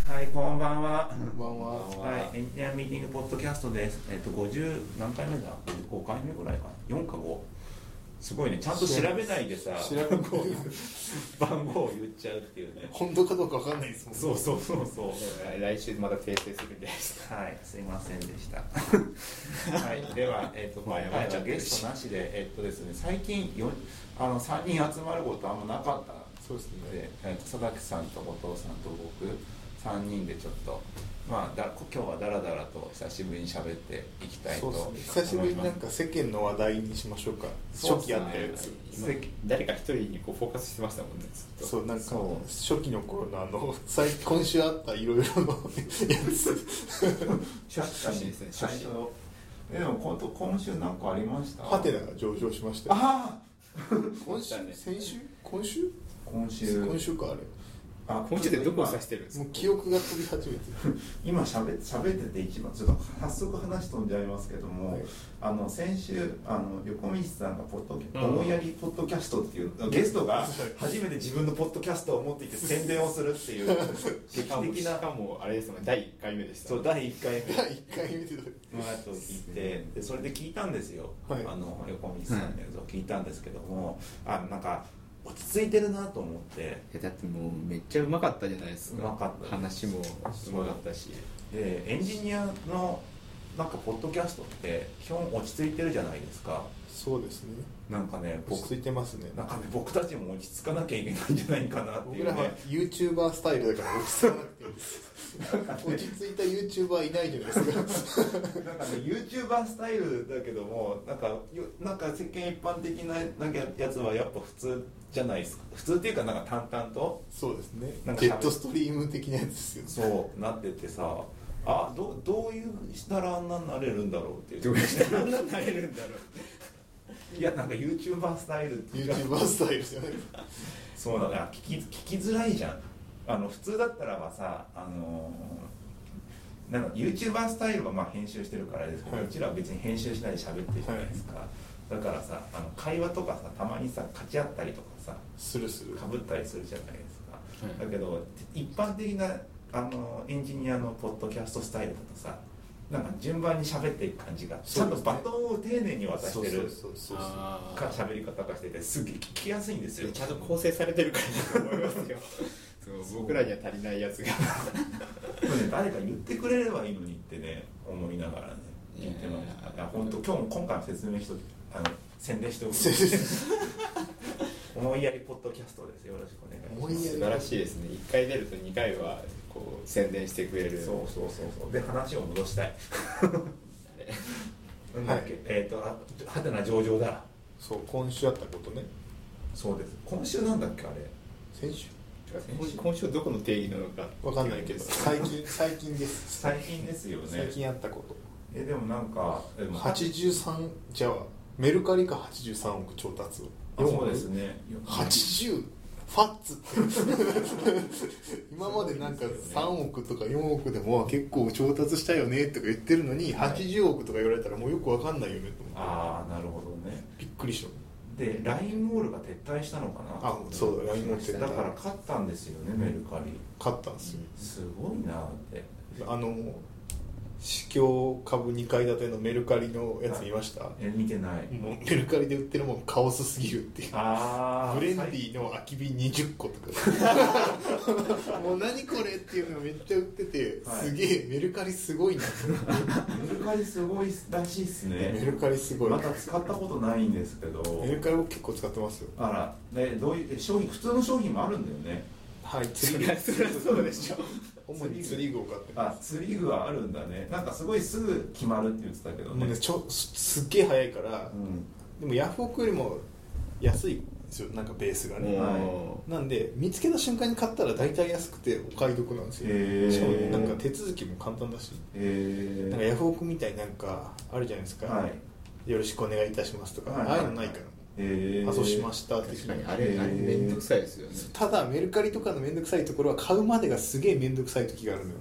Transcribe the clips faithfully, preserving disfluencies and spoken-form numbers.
はい、こんばんは。 こんばんは。 はい、エンジニアミーティングポッドキャストです。えっと、ごじゅう何回目だ ?ご 回目ぐらいかな。よんかご。すごいね、ちゃんと調べないでさ、番号番号を言っちゃうっていうね。 本当かどうかわかんないですもんね。 そうそうそうそう。 来週また訂正するんじゃないですか。 はい、すいませんでした。はい、では、えっと、今回はゲストなしで、えっとですね、最近よあのさんにん集まることあんまなかった。 そうですね。 で、えっと、佐々木さんと後藤さんと僕さんにんでちょっと、まあ、だ今日はだらだらと久しぶりに喋っていきたいと思います。 そうですね。久しぶりになんか世間の話題にしましょうか。初期あったやつ。 誰か一人にこうフォーカスしてましたもんね。ずっとそう、なんか初期の頃のあの最今週あったいろいろのやつ。 確かにですね。最初のでも今今週なんかありました？ ハテナが上場しました。 ああ。 今週先週今週今週今週かあれ。 あ、今週でどこを指してるんですか？ もう記憶が飛び始めてる。 今しゃべってて一番ちょっと早速話飛んじゃいますけども、はい、あの先週あの横道さんがポッドキャ思いやりポッドキャストっていうゲストが初めて自分のポッドキャストを持っていて宣伝をするっていう劇的なしかもあれですもんね、だいいっかいめでした、ね、 そうだいいっかいめだいいっかいめでのやつを聞いてでそれで聞いたんですよ、はい、あの横道さんのやつを聞いたんですけども、あなんか落ち着いてるなと思って。 だってもうめっちゃうまかったじゃないですか。 うまかった。 話もうまかったし。 でエンジニアのなんかポッドキャストって基本落ち着いてるじゃないですか。 そうですね。 なんかね、 落ち着いてますね。 なんかね、僕たちも落ち着かなきゃいけないんじゃないかなっていうね。 僕らは YouTuber スタイルだから落ち着かなくていいです。落ち着いた YouTuber いないじゃないですか。 なんかね YouTuber スタイルだけどもなんかなんか世間一般的ななんかやつはやっぱ普通じゃないですか。普通っていうかなんか淡々と。 そうですね。 なんかジェットストリーム的なやつですよね。 そうなっててさ、あどどういうしたらあんなになれるんだろうっていう。 どうしたらあんなになれるんだろう。 いやなんか YouTuber スタイルっていうか YouTuber スタイルですよね。 そうだから聞き聞きづらいじゃん。あの普通だったらばさ、あのー、なんか YouTuber スタイルはまあ編集してるからですけど、はい、うちらは別に編集しないで喋ってるじゃないですか、はい、だからさあの会話とかさたまにさ勝ち合ったりとかさするするかぶったりするじゃないですか、はい、だけど一般的なあのエンジニアのポッドキャストスタイルだとさなんか順番に喋っていく感じが、ちゃんとバトンを丁寧に渡してる喋り方がしててすげえ聞きやすいんですよ。 ちゃんと構成されてるからだと思いますよ。そう僕らには足りないやつが。 ね、誰か言ってくれればいいのにってね思いながらね聞いてました。いや本当今日も今回の説明しとあの宣伝しておく。思いやりポッドキャストです。よろしくお願いします。 素晴らしいですね。いっかい出るとにかいはこう宣伝してくれる。 そうそうそうそう。で話を戻したい。なんだっけ、はい、えっ、ー、とはてな上場だ。 そう今週あったことね。 そうです。今週なんだっけあれ。 先週。 今週どこの定義なのかわかんないけど最近最近です。 最近ですよね。 最近あったこと。 えでもなんかでもはちじゅうさんじゃあメルカリかはちじゅうさんおく調達を。 そうですね。 はちじゅうファッツって今までなんかさんおくとかよんおくでも結構調達したよねとか言ってるのに、はい、はちじゅうおくとか言われたらもうよくわかんないよねと思って。 ああなるほどね。 びっくりした。 で ライン モールが撤退したのかな。 あそうだ ライン モール撤退だから勝ったんですよね、メルカリ。 勝ったんですよ、 うん、すごいなって。 あの市況株にかい建てのメルカリのやつ見ました？ え見てない。 もうメルカリで売ってるもんカオスすぎるっていう。 あブレンディの空き瓶にじゅっことかもう何これっていうのがめっちゃ売ってて、はい、すげえメルカリすごいなメルカリすごいらしいっすね。 メルカリすごい。 まだ使ったことないんですけどメルカリ僕結構使ってますよ。 あら、ね、どういう商品普通の商品もあるんだよね。 はい釣り具そうでしょ。 主に釣り具を買ってます。あ釣り具はあるんだね。なんかすごいすぐ決まるって言ってたけどね。もうねちょすっげえ早いから、うん、でもヤフオクよりも安いんですよ、なんかベースがね、はい、なんで見つけた瞬間に買ったら大体安くてお買い得なんですよ。しかもねなんか手続きも簡単だし、なんかヤフオクみたいなんかあるじゃないですか、はい、よろしくお願いいたしますとか、はい、ああいうのないから、 えー、 あそうしましたって。 確かにあれ、あれめんどくさいですよね。 ただメルカリとかのめんどくさいところは買うまでがすげえめんどくさい時があるのよ。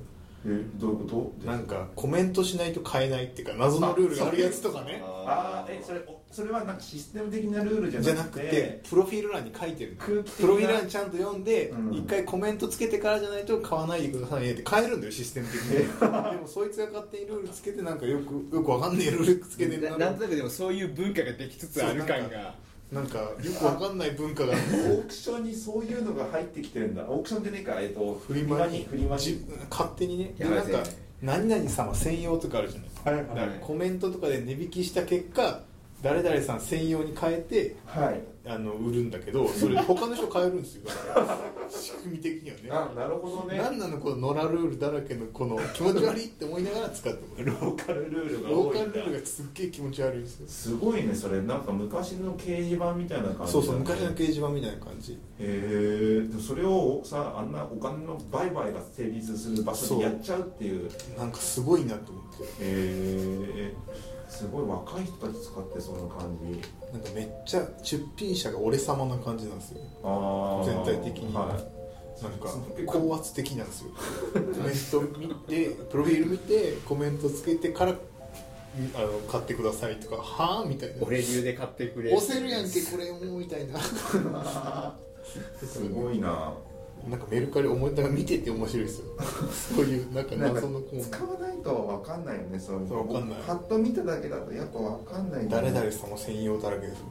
えどういうこと？ なんかコメントしないと買えないっていうか謎のルールがあるやつとかね。 ああえそれそれはなんかシステム的なルールじゃなくて、 じゃなくてプロフィール欄に書いてる空気的なプロフィール欄ちゃんと読んで、 うん、 一回コメントつけてからじゃないと買わないでくださいねって変えるんだよシステム的に。でもそいつが勝手にルールつけてなんかよくよくわかんないルールつけてるな, なんとなくでもそういう文化ができつつある感がなんかよくわかんない文化がオークションにそういうのが入ってきてるんだ。オークションじゃねえか、えっとフリマにフリマに勝手にね。でやばいなんか何々様専用とかあるじゃない、 はいはい、 だからコメントとかで値引きした結果誰々さん専用に変えて、 はい、 あの売るんだけどそれ他の人買えるんですよ仕組み的にはね。 あなるほどね。 何なのこのノラルールだらけのこの気持ち悪いって思いながら使ってもらうローカルルールがロ多いんだ。 ーカルルールがすっげえ気持ち悪いですよ。 すごいねそれ。なんか昔の掲示板みたいな感じだ、ね、 そうそう昔の掲示板みたいな感じ。 へえ。それをさあんなお金の売買が成立する場所でやっちゃうっていう。 なんかすごいなと思って。 へえ。すごい若い人たち使ってその感じ。 なんかめっちゃ出品者が俺様な感じなんですよ。あ全体的に、はい、なんか高圧的なんですよ。コメント見てプロフィール見てコメントつけてからあの買ってくださいとかはぁみたいな。 俺流で買ってくれ押せるやんけこれもみたいな。 すごいな。 なんかメルカリ思いながら見てて面白いですよ。そういうなんか謎のコーナー使わないと分かんないよね。そういうの分かんない。 パッと見ただけだとやっぱ分かんない、ね、 誰々様専用だらけですよ。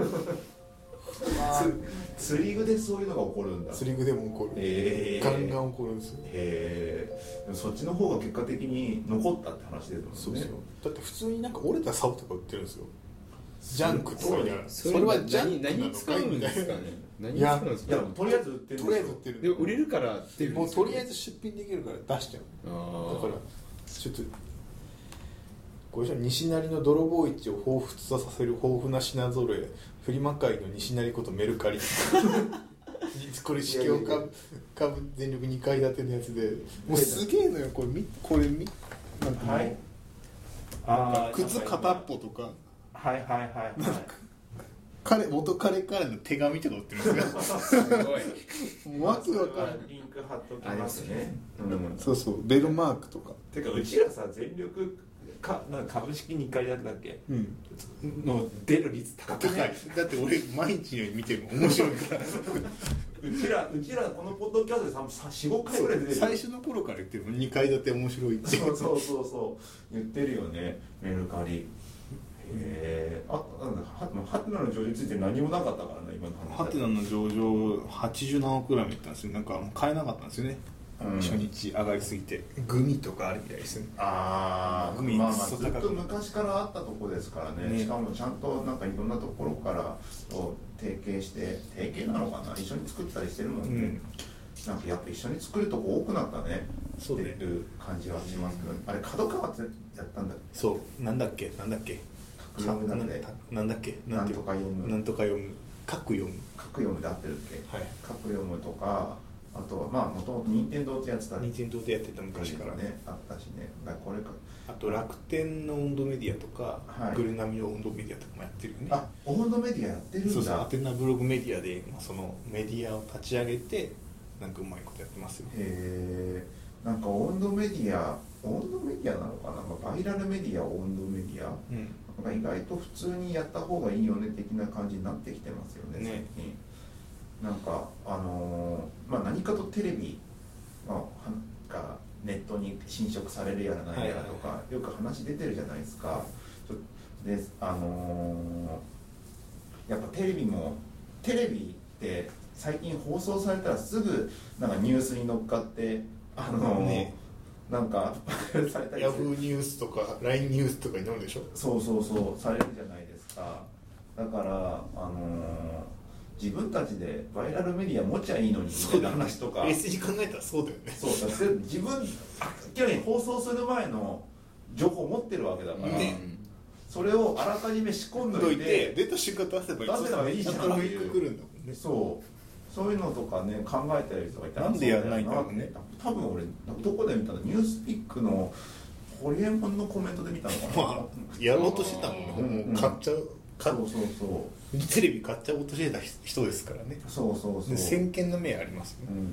釣り具でそういうのが起こるんだ。 釣り具でも起こる、えー、ガンガン起こるんですよ。 へえ。そっちの方が結果的に残ったって話ですもんね。 そうそう。だって普通になんか折れた竿とか売ってるんですよ。ジャンクとかにある。 それはジャンク何使うんですかね。何使うんですか。 いやとりあえず売ってる。 とりあえず売ってる。 で売れるからっていう。 もうとりあえず出品できるから出しちゃう。あだからちょっとこれ西成の泥棒市を彷彿とさせる豊富な品揃え。フリマ界の西成ことメルカリ。これ市況株株全力にかい建てのやつでもうすげえのよこれみこれみなんか、はい、あ靴片っぽとかはいはいはいはい彼元彼からの手紙とか売ってるんですよ。すごいもうわけわかんない。 リンク貼っときますね、 うん、そうそうベルマークとかてかうちらさ全力かなんか株式にかい建てだっけ、うん、の出る率高くない？ だって俺毎日のように見てるもん面白いからうちらうちらこのポッドキャストでよん、ごかいぐらい出てる。 最初の頃から言ってるもんにかい建て面白いって。 そうそうそうそう言ってるよねメルカリ。へえ。あなんだハテナの上場について何もなかったからね今の話。 ハテナの上場はちじゅうなんおくぐらいもいったんですよ。なんかもう買えなかったんですよね。うん、初日上がりすぎてグミとかあるみたいですね。 ああグミ、まあ、まあずっと昔からあったとこですからね。ねしかもちゃんとなんかいろんなところから提携して提携なのかな一緒に作ったりしてるもんね、うん、なんかやっぱ一緒に作るとこ多くなったねっていう感じはしますけど、ね、あれ角川ってやったんだっけ。そうなんだっけなんだっけ読むなんでなんだっけなんとか読むなんとか読む書く読む書く読むで合ってるっけ、はい、書く読むとかあとはまあもともと任天堂ってやってた任天堂でやってた昔からねあったしね。だこれかあと楽天の温度メディアとか、はい、グルナミの温度メディアとかもやってるよね。 あ温度メディアやってるんだ。 そうそうアテナブログメディアで、まあ、そのメディアを立ち上げてなんかうまいことやってますよ。 へえ。んか温度メディア温度メディアなのかな、まあ、バイラルメディア温度メディア、うん、なんか意外と普通にやった方がいいよね的な感じになってきてますよね、ね最近。なんかあのー、まあ何かとテレビ、まあ、がネットに侵食されるやらないやらとか、はいはい、よく話出てるじゃないですか。であのー、やっぱテレビもテレビって最近放送されたらすぐなんかニュースに乗っかってあのーね、なんかされたりヤフーニュースとか ライン ニュースとかになるでしょ。 そうそうそうされるじゃないですか。だからあのー、自分たちでバイラルメディア持ちゃいいのにみたいな話とか冷静に考えたらそうだよね。 そうだ自分明らかに放送する前の情報を持ってるわけだから、ね、それをあらかじめ仕込んどいて出た瞬間出せばいい出せばいいじゃんっていうそうそういうのとかね考えてる人がいたらなんでやらないんだろうね。 多分俺どこで見たのニュースピックのホリエモンのコメントで見たのかな、まあ、 やろうとしてたもんね、うん、もう買っちゃうそうそうそうテレビ買っちゃおうとしてた人ですからね。 そうそうそう先見の目ありますね、 うん、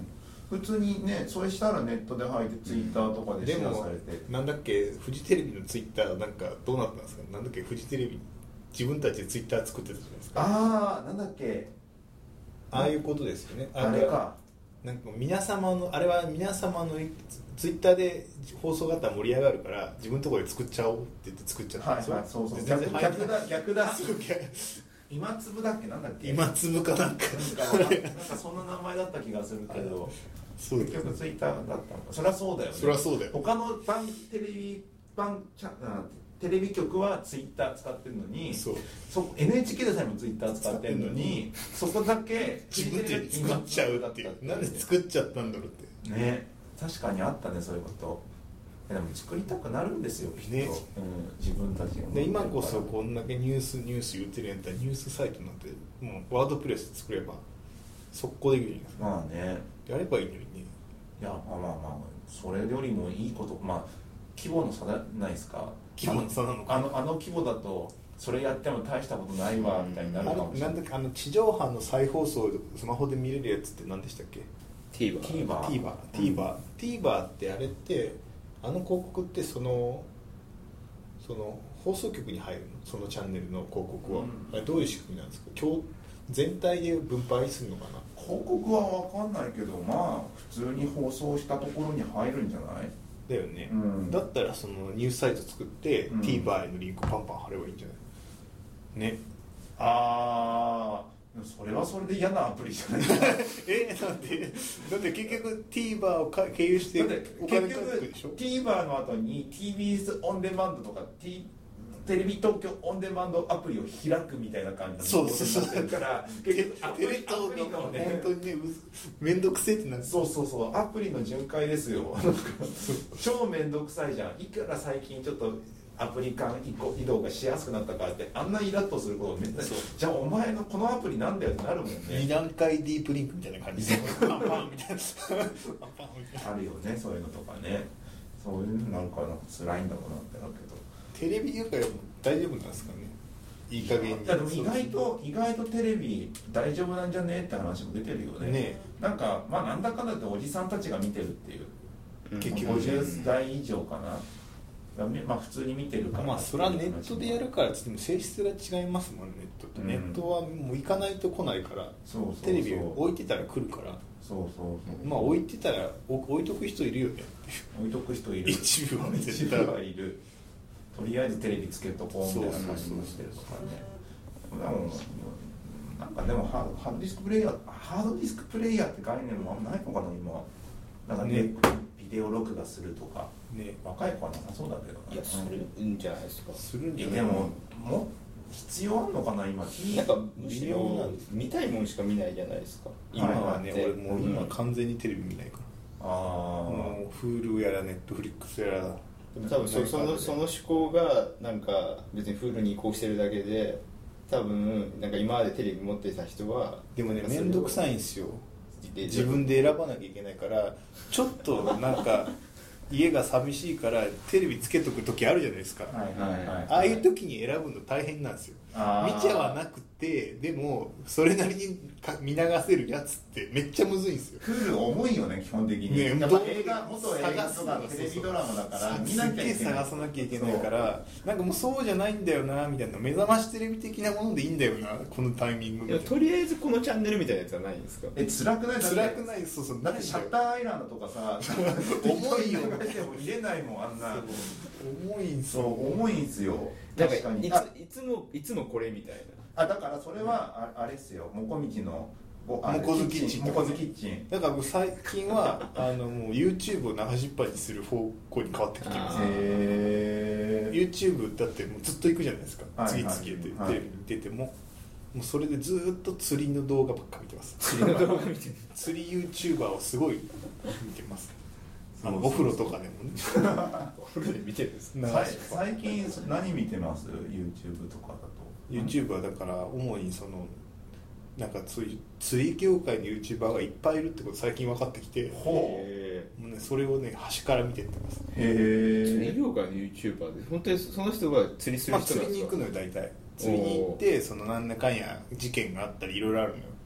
普通にねそれしたらネットで入ってツイッターとかでシェアされて、 でもなんだっけフジテレビのツイッターなんかどうなったんですか。なんだっけフジテレビ自分たちでツイッター作ってたじゃないですか。 ああなんだっけああいうことですよね。 あれかなんか皆様のあれは皆様のツイッターで放送があったら盛り上がるから自分のところで作っちゃおうって言って作っちゃったんですよ。 はいはいそうそう全然逆だ逆だそう今粒だっけなんだっけ今粒かなんかなんかそんな名前だった気がするけどそう結局ツイッターだったのか。そりゃそうだよね。 そりゃそうだよ。 他の番テレビ番チャテレビ局はツイッター使ってるのに、 そうそ エヌエイチケー でさえもツイッター使ってるのにそこだけ自分で作っちゃうっていうなんで作っちゃったんだろうってね。確かにあったねそういうこと。でも作りたくなるんですよきっと、ねうん、自分たちがで今こそこんだけニュースニュース言ってるんやったらニュースサイトなんてもうワードプレス作れば速攻できるじゃないですか。 まあねやればいいのにね。 いやまあまあまあそれよりもいいことまあ規模の差じゃないですか。 規模の差なのかあのあの規模だとそれやっても大したことないわみたいになるかもしれない。 なんだっけあの地上波の再放送スマホで見れるやつって何でしたっけ。 TVer TVer TVer TVerってあれってあの広告ってそのその放送局に入るのそのチャンネルの広告は、うん、あれどういう仕組みなんですか。今日全体で分配するのかな。 広告は分かんないけどまあ普通に放送したところに入るんじゃないだよね、 うん、 だったらそのニュースサイト作って、 うん、 TVer へのリンクパンパン貼ればいいんじゃないね。 ああそれはそれで嫌なアプリじゃないですかえなんでだって結局 TVer を経由してお金かかってくるでしょ。 TVer の後に ティービーエス オンデマンドとか、T、テレビ東京オンデマンドアプリを開くみたいな感じそうそうそうだから結局アプリテレ東アプリのね本当にね面倒くせえってなる。 そうそうそうアプリの巡回ですよ超面倒くさいじゃん。いくら最近ちょっとアプリ間移動がしやすくなったからってあんなイラッとすることめったにじゃあお前のこのアプリなんだよってなるもんね。 に段階ディープリンクみたいな感じでパンパンみたいなパンパンみたいなあるよねそういうのとかね。そういうのなんかなんか辛いんだろうなってなるけどテレビ業界は大丈夫なんですかね。いい加減に。 いやでも意外と意外とテレビ大丈夫なんじゃねって話も出てるよね。ねなんかまあなんだかんだっておじさんたちが見てるっていう、うん、結局ごじゅう代以上かな。まあ普通に見てるから。 まあそれはネットでやるからって性質が違いますもんね。ネットと、うん、ネットはもう行かないと来ないからそうそうそうテレビを置いてたら来るから。 そうそうそうまあ置いてたら置いとく人いるよね。 置いとく人いる。 一部はね一部はいる。とりあえずテレビつけとこうみたいな感じもしてるとかね。でもなんかでもハードディスクプレイヤーハードディスクプレイヤーって概念もあんまないのかな今。なんかね、ねビデオ録画するとか、ね、若い子はなさそうだけど、ね、 いやするんじゃないですか。 するんじゃない。 でもも必要あんのかな今。 なんかむしろ見たいもんしか見ないじゃないですか。 今はね、俺もう今完全にテレビ見ないから。ああ。もう Hulu やら Netflix やら。 でも多分そそのその思考がなんか別に Hulu に移行してるだけで、多分なんか今までテレビ持ってた人はでもね面倒くさいんですよ。自分で選ばなきゃいけないからちょっとなんか家が寂しいからテレビつけとく時あるじゃないですか。はいはいはいはい、ああいう時に選ぶの大変なんですよ。見ちゃわなくてでもそれなりに見流せるやつってめっちゃむずいんですよ。 クール重いよね基本的に、ね、やっぱ映画元映画とかテレビドラマだから見なきゃいけない。 探さなきゃいけないからなんかもうそうじゃないんだよなみたいな目覚ましテレビ的なものでいいんだよなこのタイミングみたいな。 とりあえずこのチャンネルみたいなやつはないんですか。 え辛くない。 辛くない。そうそうだってシャッターアイランドとかさ重いよでも入れないもんあんな重いんすよ。そう重いんすよ。 確かにいついつもいつもこれみたいな。 あだからそれはあ, あれっすよもこみちのもこずキッチンもこずキッチンだから最近はあのもう YouTube を流しっぱにする方向に変わってきてます。へ YouTube だってもうずっと行くじゃないですか、はい、次々で、はい、テレビに出てももうそれでずっと釣りの動画ばっか見てます。釣りの動画見てる釣り YouTuber をすごい見てます。あのお風呂とかでもねお風呂で見てるんです。 最近何見てます YouTube とかだと。 YouTube はだから主にそのなんかそういう釣り業界の YouTuber がいっぱいいるってこと最近分かってきて、ほうもう、ね、それをね端から見てってます。 へえ。釣り業界の YouTuber で本当にその人が釣りする人なんですか。 まあ、釣りに行くのよ大体。釣りに行ってそのなんだかんや事件があったりいろいろあるのよ。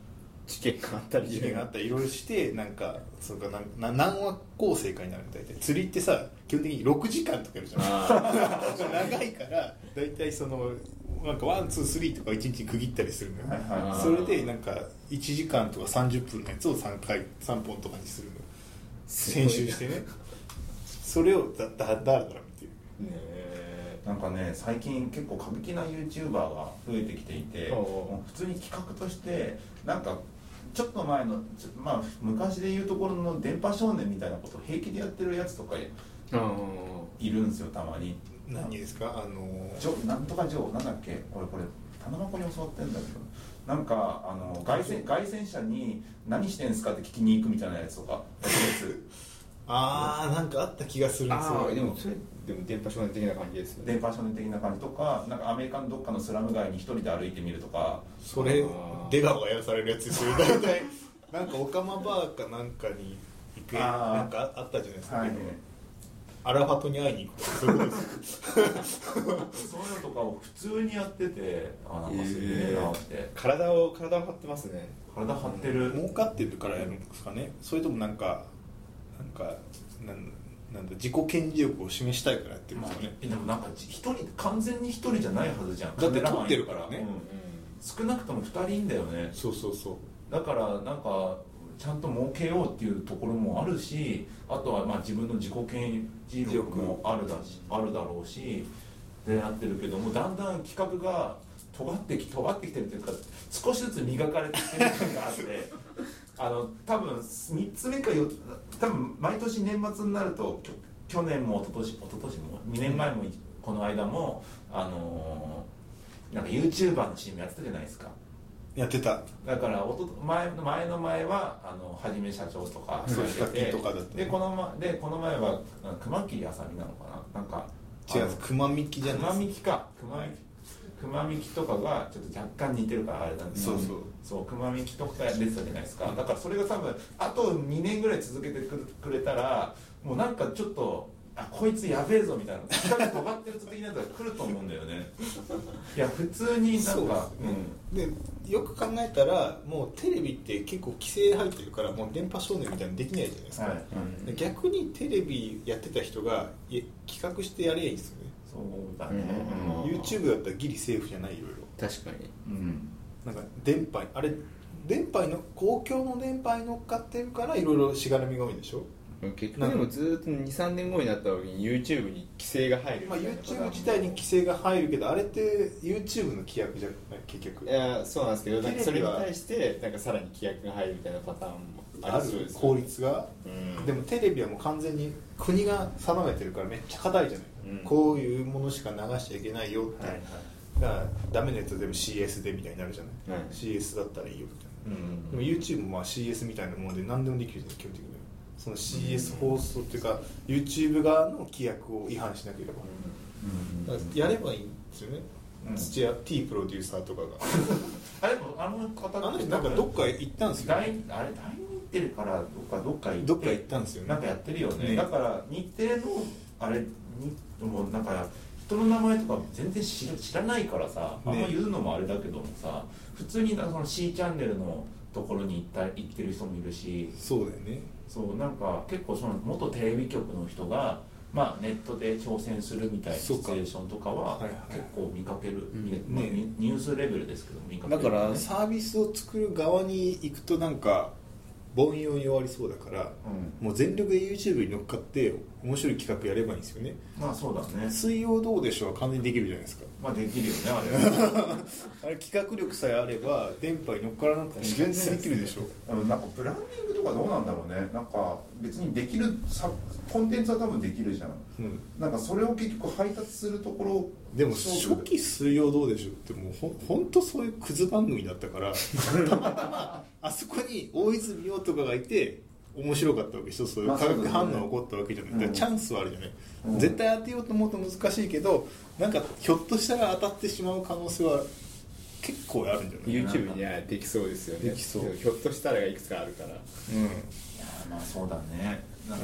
事件があったり事件があったりいろいろしてなんかそうかなな何話構成かになるみたいで釣りってさ基本的にろくじかんとかやるじゃん長いからだいたいそのなんかワンツースリーとかいちにちに区切ったりするのよ、はいはい、それでなんかいちじかんとかさんじゅっぷんのやつをさんかいさんぽんとかにするの編集してねそれをだだだらだら見てるね。 なんかね最近結構過激な YouTuber が増えてきていてもう普通に企画としてなんかちょっと前のまあ昔でいうところの電波少年みたいなことを平気でやってるやつとかいるんですよたまに。 何ですかあのジョなんとかジョーなんだっけ俺これ棚箱に教わってんだけどなんかあの凱旋凱旋者に何してんすかって聞きに行くみたいなやつとかああなんかあった気がするんですよ。 でもそれでも電波少年的な感じですよね。 電波少年的な感じとかなんかアメリカのどっかのスラム街に一人で歩いてみるとかそれ出川がやらされるやつですよ大体なんかオカマバーかなんかに行くなんかあったじゃないですか、はい、アラファトに会いに行くとかそういうことですそういうのとかを普通にやっててあなんかすげえなって、えー、 体を体を張ってますね。 体張ってる、 うん、儲かってるからやるんですかね。それともなんかなんかなんなんだ自己顕示力を示したいからやってるんですかね、 まあ、でもなんか一人完全に一人じゃないはずじゃん。 だって撮ってるからね、うんうん、 少なくともふたりいんだよね。 そうそうそうだからなんかちゃんと儲けようっていうところもあるしあとはまあ自分の自己顕示力もあるだしあるだろうしでやってるけどもだんだん企画が尖ってき尖ってきてるというか少しずつ磨かれてきてる感があってあの多分みっつめかよ多分毎年年末になると去年も一昨年一昨年もにねんまえもこの間もあのー、なんか YouTuber の シーエム やってたじゃないですか。 やってた。 だからおと前の前の前はあのはじめ社長とかそうヒカキンとかだった、 ね、でこのまでこの前は熊切あさみなのかななんか違う熊みきじゃない熊みきか熊みき、はい、熊みきとかがちょっと若干似てるからあれなんですけど、 そうそうそう熊みきとか出てたじゃないですか。だからそれが多分あとにねんぐらい続けてくれたらもうなんかちょっとあこいつやべえぞみたいな近く尖ってる的なやつが来ると思うんだよねいや普通になんかう、ね、うん、でよく考えたらもうテレビって結構規制入ってるからもう電波少年みたいにできないじゃないですか、はい、うん、逆にテレビやってた人が企画してやればいいんですよね。 そうだね、 うん、YouTube だったらギリセーフじゃないいろいろ確かに、 うん、なんか電波あれ電波の公共の電波に乗っかってるからいろいろしがらみが多いんでしょ。 結局でもずっと にさんねんごになった時に YouTube に規制が入る、 まあ、YouTube 自体に規制が入るけどあれって YouTube の規約じゃない結局。 いやそうなんですけどなんかそれに対してなんかさらに規約が入るみたいなパターンもあるそうです、ね、 法律が、 うん、 でもテレビはもう完全に国が定めてるからめっちゃ硬いじゃない、うん、こういうものしか流しちゃいけないよって、はいはい、だからダメなやつは全部 シーエス でみたいになるじゃない、うん、シーエス だったらいいよみたいな、うん、でも YouTube もまあ シーエス みたいなもので何でもできるじゃない基本的に。その シーエス 放送っていうか YouTube 側の規約を違反しなければ、うん、だからやればいいんですよね、うん、土屋 T プロデューサーとかがあれあの方あの人なんかどっか行ったんですよ、ね、 あれ大日テレからどっかどっか行ってどっか行ったんですよね。 なんかやってるよね、ね、だから日テレのあれにもなんか人の名前とか全然知ら、知らないからさあんま言うのもあれだけどもさ、ね、普通にその C チャンネルのところに行った行ってる人もいるし。 そうだよね。 そうなんか結構その元テレビ局の人が、まあ、ネットで挑戦するみたいなシチュエーションとかは結構見かける、ねまあ、ニュースレベルですけど見かける、 ね、だからサービスを作る側に行くとなんか凡庸に終わりそうだから、うん、もう全力で YouTube に乗っかって面白い企画やればいいんですよね。 まあそうだね。 水曜どうでしょうは完全にできるじゃないですか。 まあできるよねあれあれ企画力さえあれば電波に乗っからなくて全然できるでしょあのなんかブランディングとかどうなんだろうね。なんか別にできるコンテンツは多分できるじゃん、うん、なんかそれを結局配達するところでも初期水曜どうでしょうってもうほ本当そういうクズ番組だったからたまたまあそこに大泉洋とかがいて面白かったわけでしょ。そういう化学反応が起こったわけじゃない、まあね、チャンスはあるじゃない、うん、絶対当てようと思うと難しいけどなんかひょっとしたら当たってしまう可能性は結構あるんじゃない YouTube にはできそうですよね。 できそう。 ひょっとしたらがいくつかあるから、 うん、いやまあそうだね。なんか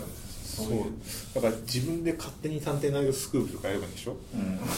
そうだから自分で勝手に探偵ナイトスクープとかやればいいんでしょ、うん、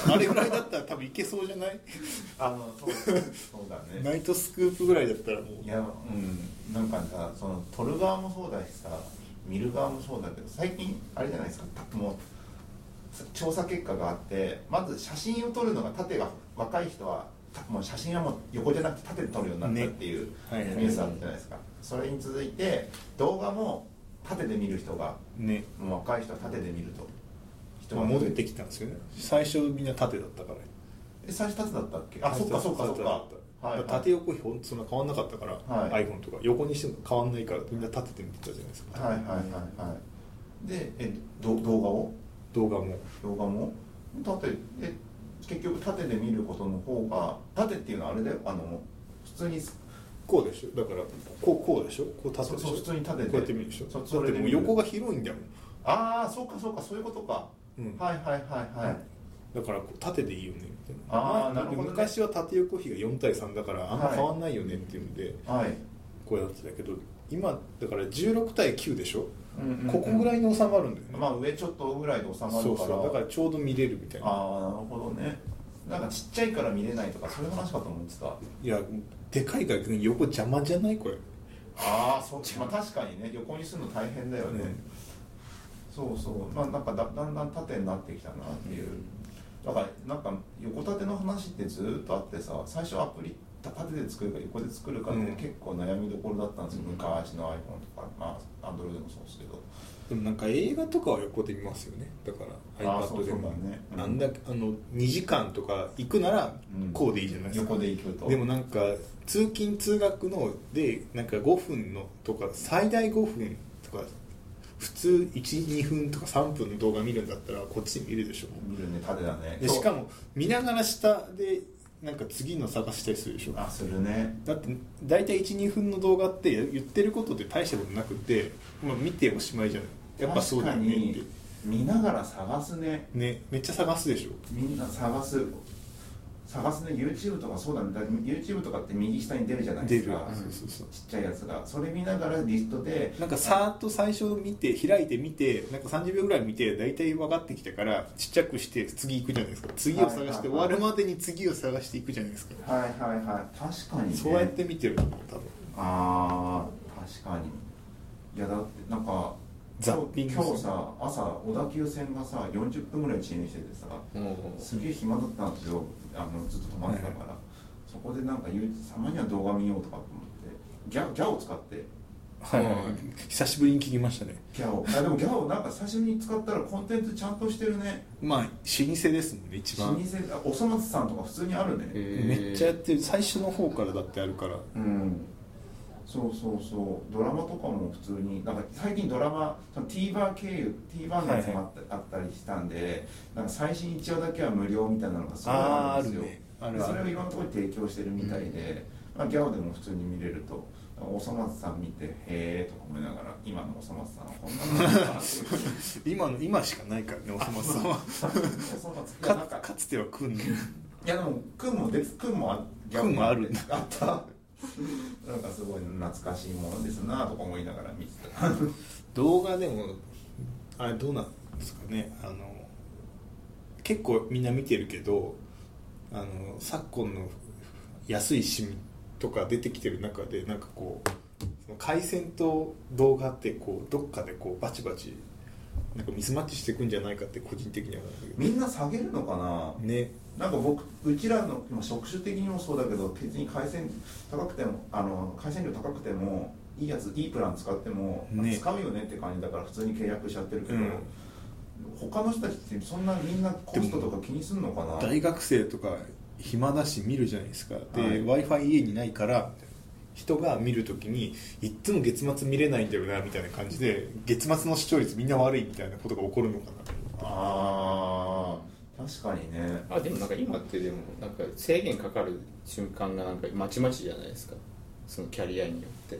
あれぐらいだったら多分いけそうじゃないあのそうそうだねナイトスクープぐらいだったらもういやうんなんかさその撮る側もそうだしさ見る側もそうだけど最近あれじゃないですかもう調査結果があってまず写真を撮るのが縦が若い人はもう写真はもう横じゃなくて縦で撮るようになったっていうニュースあったじゃないですか、ねはいはい、それに続いて動画も縦で見る人が、ね、もう若い人は縦で見ると人が戻ってきたんですよね最初みんな縦だったからえ最初縦だったっけあそっかそっかそっかはいはい、縦横比そんな変わんなかったから、はい、iPhone とか横にしても変わんないからみんな縦で見てたじゃないですかはいはいはいはいでえど動画を動画も動画も縦で結局縦で見ることの方が縦っていうのはあれだよあの普通にこうでしょだからこうこうでしょこう縦でしょそう普通に縦でこうやって見るでしょそそれでも横が広いんだよああそうかそうかそういうことか、うん、はいはいはいはい、 だから縦でいいよねみたいなああなるほど、ね、 昔は縦横比がよん対さんだからあんま変わんないよねっていうんで、 はい、 こうやってたけど今だからじゅうろく対きゅうでしょ、うんうんうん、ここぐらいに収まるんだよねまあ上ちょっとぐらいで収まるからそうそうだからちょうど見れるみたいなああなるほどねなんかちっちゃいから見れないとかそういう話かと思ってたいやでかいから横邪魔じゃないこれああそう、まあ、確かにね横にするの大変だよね、うん、そうそうまあなんか だ, だんだん縦になってきたなっていう、うん、だからなんか横縦の話ってずっとあってさ最初アプリ縦で作るか横で作るかって結構悩みどころだったんですよ、うん、昔の iPhone とかまあ Android でもそうですけどでもなんか映画とかは横で見ますよねだから iPad でもね、うん、なんだあのにじかんとか行くならこうでいいじゃないですか、 うん、横で行くとでもなんか通勤通学のでなんかごふんのとか最大ごふんとか普通 いちにふんとかさんぷんの動画見るんだったらこっち見るでしょ見るね縦だねでしかも見ながら下でなんか次の探したりするでしょあするねだって大体 いちにふんの動画って言ってることで大したことなくて、まあ、見ておしまいじゃないやっぱそうだよねって見ながら探すねねめっちゃ探すでしょみんな探す探すね YouTube とかそうだね YouTube とかって右下に出るじゃないですか出るそうそうそうちっちゃいやつがそれ見ながらリストでなんかさーっと最初見て開いて見てなんかさんじゅうびょうぐらい見て大体分かってきてからちっちゃくして次行くじゃないですか次を探して、はいはいはい、終わるまでに次を探していくじゃないですかはいはいはい確かに、ね、 そうやって見てるの多分あー確かにいやだってなんかザッピング今日さ朝小田急線がさよんじゅっぷんぐらい遅延しててさ、うん、すげえ暇だったんですよあのずっと止まってたから、はい、そこでなんかたまには動画見ようとかと思ってギャギャオ使ってはい、はい、久しぶりに聞きましたねギャオあでもギャオなんか久しぶりに使ったらコンテンツちゃんとしてるねまあ老舗ですもんね一番老舗おそ松さんとか普通にあるねめっちゃやってる最初の方からだってあるからうんそうそうそうドラマとかも普通になんか最近ドラマ TVer 経由 TVer のやつもあった、はい、あったりしたんでなんか最新いちわだけは無料みたいなのがすごいあるんですよ あ, あるねあるそれをいろんなところに提供してるみたいで、うんまあ、ギャオでも普通に見れるとおそ松さん見てへえとか思いながら今のおそ松さんはこんなのか今の今しかないからねおそ松さんはか, かつてはくんねいやでもくんも別くんもあくんもあるあったなんかすごい懐かしいものですなとか思いながら見てた動画でもあれどうなんですかねあの結構みんな見てるけどあの昨今の安いシムとか出てきてる中でなんかこうその回線と動画ってこうどっかでこうバチバチなんかミスマッチしていくんじゃないかって個人的には思うんだけどみんな下げるのかなねなんか僕うちらの職種的にもそうだけど別に回線高くてもあの回線量高くてもいいやついいプラン使っても、ね、使うよねって感じだから普通に契約しちゃってるけど、うん、他の人たちってそんなみんなコストとか気にするのかな大学生とか暇だし見るじゃないですかで、はい、w i f i 家にないから人が見るときにいっつも月末見れないんだよなみたいな感じで月末の視聴率みんな悪いみたいなことが起こるのかなあー確かにねあでもなんか今ってでもなんか制限かかる瞬間がなんかまちまちじゃないですかそのキャリアによって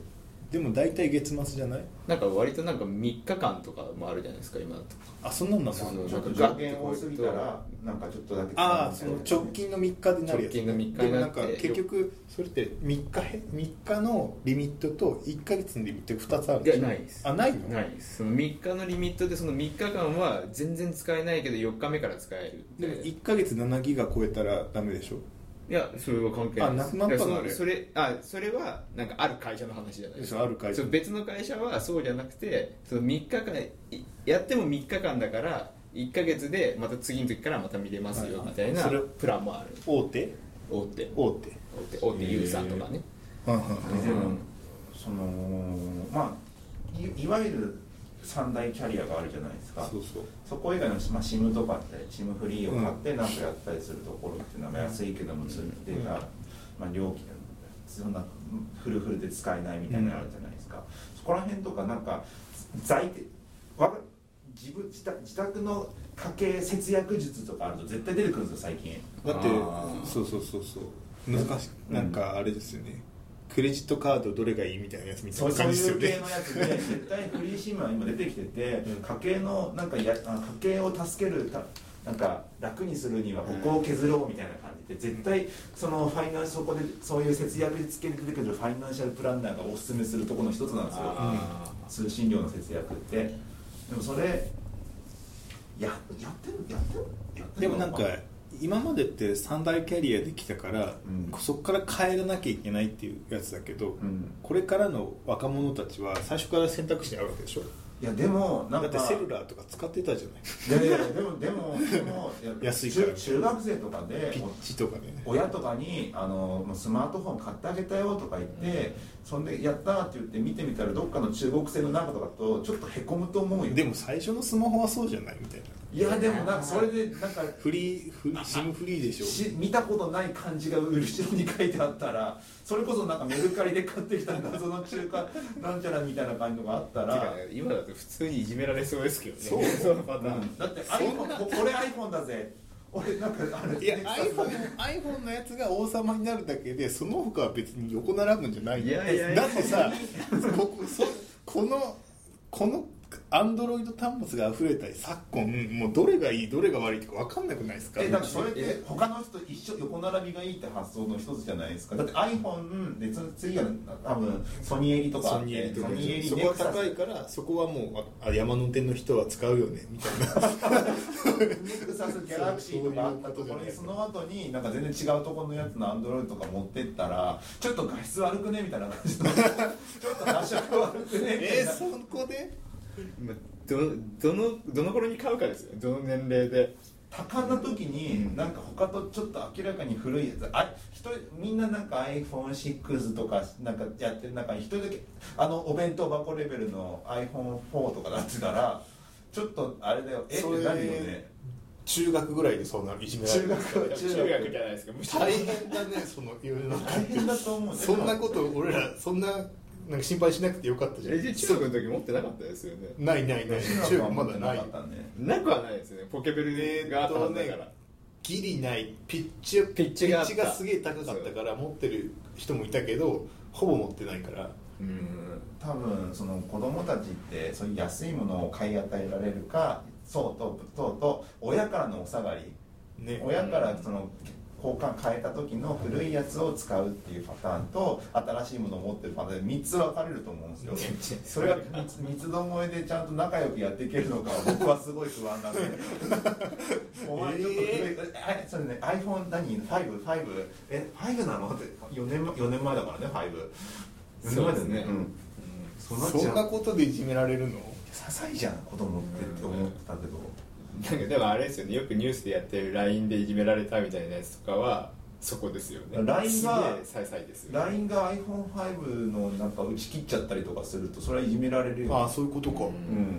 でも大体月末じゃない？ なんか割となんかみっかかんとかもあるじゃないですか今だと。 あ、そんなんなんちょっと上限多すぎたらなんかちょっとだけああ、その直近のみっかでなるやつ。 直近のみっかになって、 でもなんか結局それってみっかへみっかのリミットといっかげつのリミットふたつあるんでしょ？いやないです。 あ、ないの？ ないです。そのみっかのリミットでそのみっかかんは全然使えないけどよっかめから使える。 でもいっかげつななギガ超えたらダメでしょ？ いや、それは関係ないです。 あ、なくなったのあれ。 それ、あ、それはなんかある会社の話じゃないですか。 ある会社。 別の会社はそうじゃなくて、そのみっかかんやってもみっかかんだからいっかげつでまた次の時からまた見れますよみたいなプランもある。 大手？ 大手。 大手。 大手。大手ユーさんとかね。 でもそのまあ い, いわゆる三大キャリアがあるじゃないですか。 そうそう。 そこ以外の、まあ、SIM とかって SIM フリーを買ってなんかやったりするところっていうのは安いけども通じてが、まあ、料金そんなフルフルで使えないみたいなのあるじゃないですか。そこら辺とかなんか在わか自分自宅自宅の家計節約術とかあると絶対出てくるんですよ最近。 だってそうそうそうそう難しい、なんかあれですよね。クレジットカードどれがいいみたいなやつみたいな感じですよね。 そういう系のやつで絶対フリーシムは今出てきてて、うん、家計のなんかや家計を助けるなんか楽にするにはここを削ろうみたいな感じで、絶対そのファイナンそこでそういう節約つけて出てくるファイナンシャルプランナーがおすすめするところの一つなんですよ、うん、通信料の節約って。でもそれややってるやってるやってるでもなんか今までって三大キャリアで来たから、うん、そこから変えらなきゃいけないっていうやつだけど、うん、これからの若者たちは最初から選択肢にあるわけでしょ。 いやでもなんかだってセルラーとか使ってたじゃない。 いやいやでもでもでも安いから中、中学生とかでピッチとかね親とかにあのスマートフォン買ってあげたよとか言って、うん、そんでやったって言って見てみたらどっかの中国製の中とかとちょっとへこむと思うよ。 でも最初のスマホはそうじゃないみたいな。 いやでもなんかそれでなんかフリーフリーシムフリーでしょ。 し見たことない漢字が後ろに書いてあったらそれこそなんかメルカリで買ってきた謎の中華なんちゃらみたいな感じのがあったら今だと普通にいじめられそうですけどね。 そうそのパターン、うん、だって iPhone これ iPhone だぜ俺なんかあれいや iPhone, iPhone のやつが王様になるだけでその他は別に横並ぶんじゃない。 いやいやいやだってさここそこのこのアンドロイド端末が溢れたり昨今もうどれがいいどれが悪いとか分かんなくないですか。 えだからそれって他の人と一緒横並びがいいって発想の一つじゃないですか。だって iPhone で次は多分ソニーエリとかあってソニーエリとかそこは高いからそこはもうあ山の手の人は使うよねみたいなネクサスギャラクシーとかあったところにその後になんか全然違うところのやつのアンドロイドとか持ってったらちょっと画質悪くねみたいな感じのちょっと発色悪くねみたいな。 えー、そこでど, どのどの頃に買うかですよ。どの年齢で多感な時になんか他とちょっと明らかに古いやつあ人みんななんか アイフォンシックス とかなんかやってる中に一人だけあのお弁当箱レベルの アイフォンフォー とかなってたらちょっとあれだよえってなるよね。 中学ぐらいでそんないじめられる。 中学中学じゃないですか。 大変だねその世の中大変だと思う。 そんなこと俺らそんななんか心配しなくてよかったじゃん。 え中学の時持ってなかったですよね。 ないないない。 中学まだない。 なくはないですね。ポケベルがあったはずだから。 ギリないピッチピッチがピッチがすげえ高かったから持ってる人もいたけどほぼ持ってないから。 うん多分その子供たちってそういう安いものを買い与えられるかそうととと親からのお下がり、ね、親からその交換変えた時の古いやつを使うっていうパターンと新しいものを持ってるパターンでみっつ分かれると思うんですよ。それが三つどもえでちゃんと仲良くやっていけるのか僕はすごい不安なんでお前ちょっと古い、えー、それね iPhone 何 ファイブ ファイブ え ファイブ なのってよねんよねんまえだからね ファイブ よねんまえだよね。うん、 そ, そんなことでいじめられるの？ 些細じゃん子供ってって思ったけど。 なんかでもあれですよねよくニュースでやってる ライン でいじめられたみたいなやつとかはそこですよね。 ライン がさいさいですよね。 ライン が アイフォンファイブ のなんか打ち切っちゃったりとかするとそれはいじめられるよ。 ああそういうことか。 うん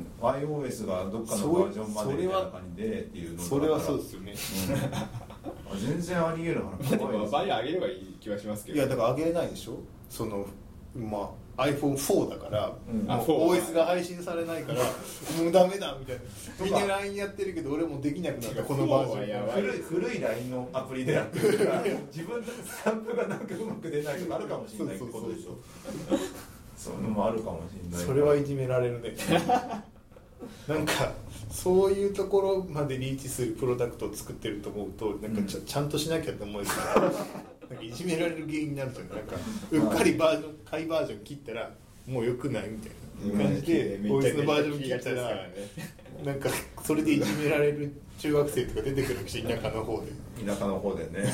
、iOS がどっかのバージョンまでみたいな感じでっていうのそれはそうですよね、 うん、全然ありえる話。 でもバリ上げればいい気はしますけど。 いやだから上げれないでしょそのまあアイフォンフォー だから、うん、もう オーエス が配信されないからもうダメだみたいな。みんな ライン やってるけど俺もできなくなったこのバージョンやばい。古い古い ライン のアプリでやってるから自分のスタンプがなんかうまく出ないとかあるかもしれないけどそそういうのもあるかもしれない。 それはいじめられるねなんかそういうところまでリーチするプロダクトを作ってると思うとなんかち ゃ,、うん、ちゃんとしなきゃって思うからなんかいじめられる原因になるというかなんかうっかりバージョン下位バージョン切ったらもう良くないみたいな感じでボイスのバージョン切ったらなんかそれでいじめられる中学生とか出てくるし田舎の方で田舎の方でね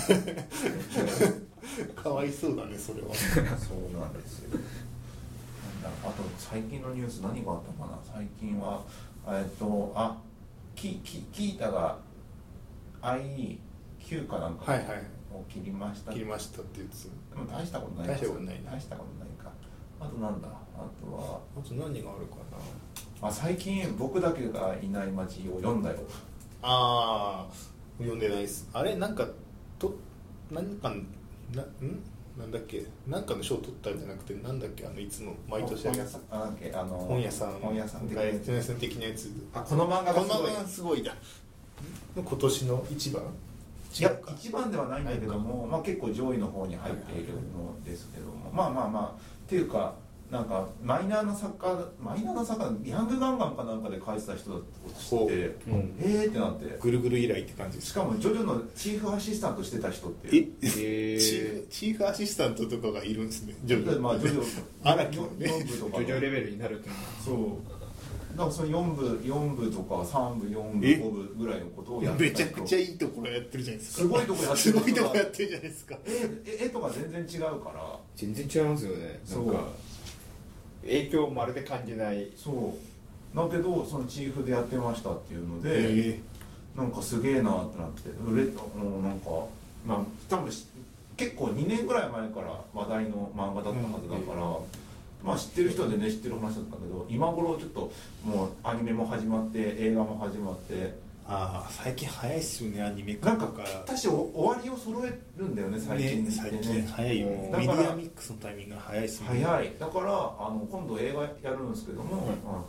かわいそうだねそれはそうなんですよ。あと最近のニュース何があったかな。最近はえっとあキキキータが アイイーキュー かなんかを切りました、 はいはい、切りましたってやつ。 でも大したことない。 大したことない大したことないか。あとなんだ。あとはあと何があるかな。あ最近僕だけがいない街を読んだよ。 ああ読んでないです。あれなんかと何かな、んなんだっけなんかの賞取ったんじゃなくてなんだっけあのいつも毎年本屋さんあなんかあの本屋さん本屋さん的なやつ的なやつあこの漫画がすごいこの漫画がすごいだ今年の一番いや一番ではないんだけども、まあ、結構上位の方に入っているのですけども、まあまあまあっていうかなんかマイナーな作家マイナーな作家ヤングガンガンかなんかで書いてた人だと知って、うん、えーってなってぐるぐる以来って感じです。 しかもジョジョのチーフアシスタントしてた人ってええチー、チーフアシスタントとかがいるんですね。 ジョジョまあジョジョ荒木よん部とかジョジョレベルになるってそうなんかそのよんぶよんぶとかさんぶよんぶごぶぐらいのことをやってめちゃくちゃいいところやってるじゃないですか。 すごいとこやってるすごいとこやってるじゃないですか。 絵絵とか全然違うから全然違いますよね。なんか影響をまるで感じない。 そうだけどそのチーフでやってましたっていうので、 えー、なんかすげえなってなって売れたもうなんかまあ多分結構にねんぐらい前から話題の漫画だったはずだから、うん、まあ知ってる人でね知ってる話だったけど今頃ちょっともうアニメも始まって映画も始まってああ最近早いっすよねアニメなんか私終わりを揃えるんだよね最近、 ね、最近早いよね。メディアミックスのタイミングが早いっすね。 早いだからあの今度映画やるんですけども、うん、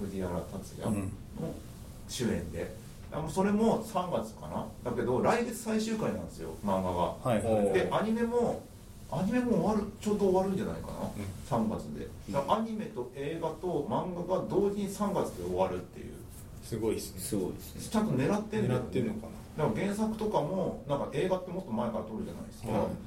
藤原竜也の主演で、うん、それもさんがつかなだけど来月最終回なんですよ漫画が、 はいはい、 でアニメもアニメも終わるちょうど終わるんじゃないかな、うん、さんがつでだアニメと映画と漫画が同時にさんがつで終わるっていうすごいですね。 すごいですね。 ちゃんと狙ってんだよね。 狙ってんのかな。 だから原作とかもなんか映画ってもっと前から撮るじゃないですか、はい、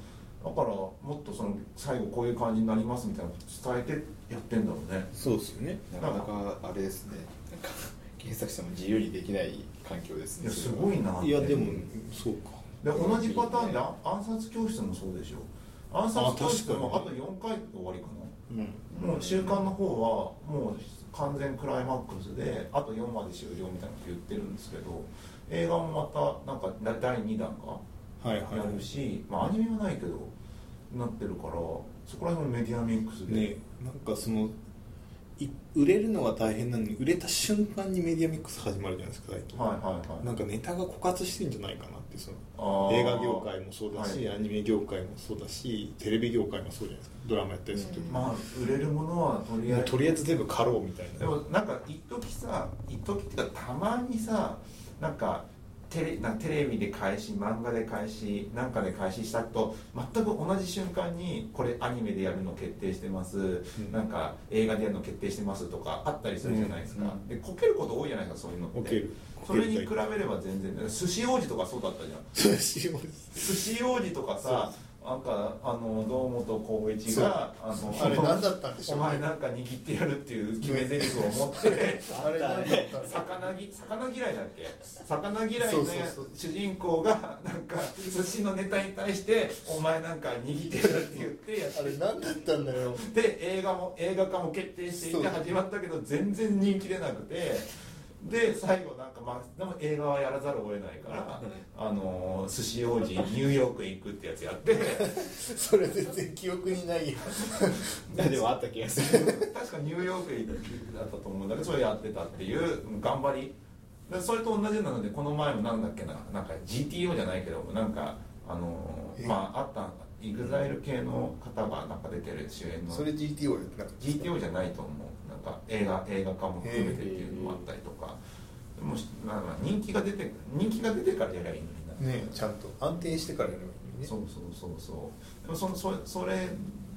だからもっとその最後こういう感じになりますみたいなこと伝えてやってんだろうね。 そうですよね。 なかなかあれですねなんか原作者も自由にできない環境ですね。 いやすごいなって。 いやでもそうかで同じパターンで暗殺教室もそうでしょ。暗殺教室もあとよんかいで終わりかな、うん、もう週刊の方はもう完全クライマックスであとよんまで終了みたいなこと言ってるんですけど映画もまたなんかだいにだんがやるし、はいはい、まあアニメはないけどなってるからそこら辺もメディアミックスで、 ね、なんかその売れるのが大変なのに売れた瞬間にメディアミックス始まるじゃないですか最近、はいはいはい、なんかネタが枯渇してるんじゃないかなってその映画業界もそうだし、はい、アニメ業界もそうだしテレビ業界もそうじゃないですかドラマやったりするとき、 うん、まあ売れるものはとりあえずとりあえず全部買ろうみたいな。 でもなんか一時さ一時っていうかたまにさなんかテレ、なんかテレビで開始漫画で開始なんかで開始したと全く同じ瞬間にこれアニメでやるの決定してます、うん、なんか映画でやるの決定してますとかあったりするじゃないですか、うん、でこけること多いじゃないですかそういうのって。それに比べれば全然寿司王子とかそうだったじゃん。寿司王子寿司王子とかさなんかあの堂本光一があのあれ何だったんでしょう、 お前なんか握ってやるっていう決め台詞を持ってあれ何だった魚ぎ魚嫌いだっけ魚嫌いの主人公がなんか寿司のネタに対してお前なんか握ってやるって言ってやってあれ何だったんだよ。 で映画も映画化も決定していて始まったけど全然人気出なくてで最後なんかまあでも映画はやらざるを得ないからあの寿司王子ニューヨークへ行くってやつやってそれ全然記憶にないよでもあった気がする確かニューヨークへ行くだったと思うんだけどそれやってたっていう頑張りでそれと同じなのでこの前もなんだっけななんか ジーティーオー じゃないけどなんかあのまああったイグザイル系の方がなんか出てる主演のそれ ジーティーオー やってなかったジーティーオー じゃないと思うなんか映画映画化も含めてっていうのもあったりとかでもなんか人気が出て人気が出てからやりゃいいのになねちゃんと安定してからやればいいね。 そうそうそうそうでもそのそれそれ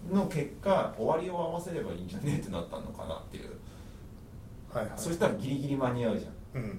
の結果終わりを合わせればいいんじゃねえってなったのかなっていう、 はいはい、 そしたらギリギリ間に合うじゃん、うん、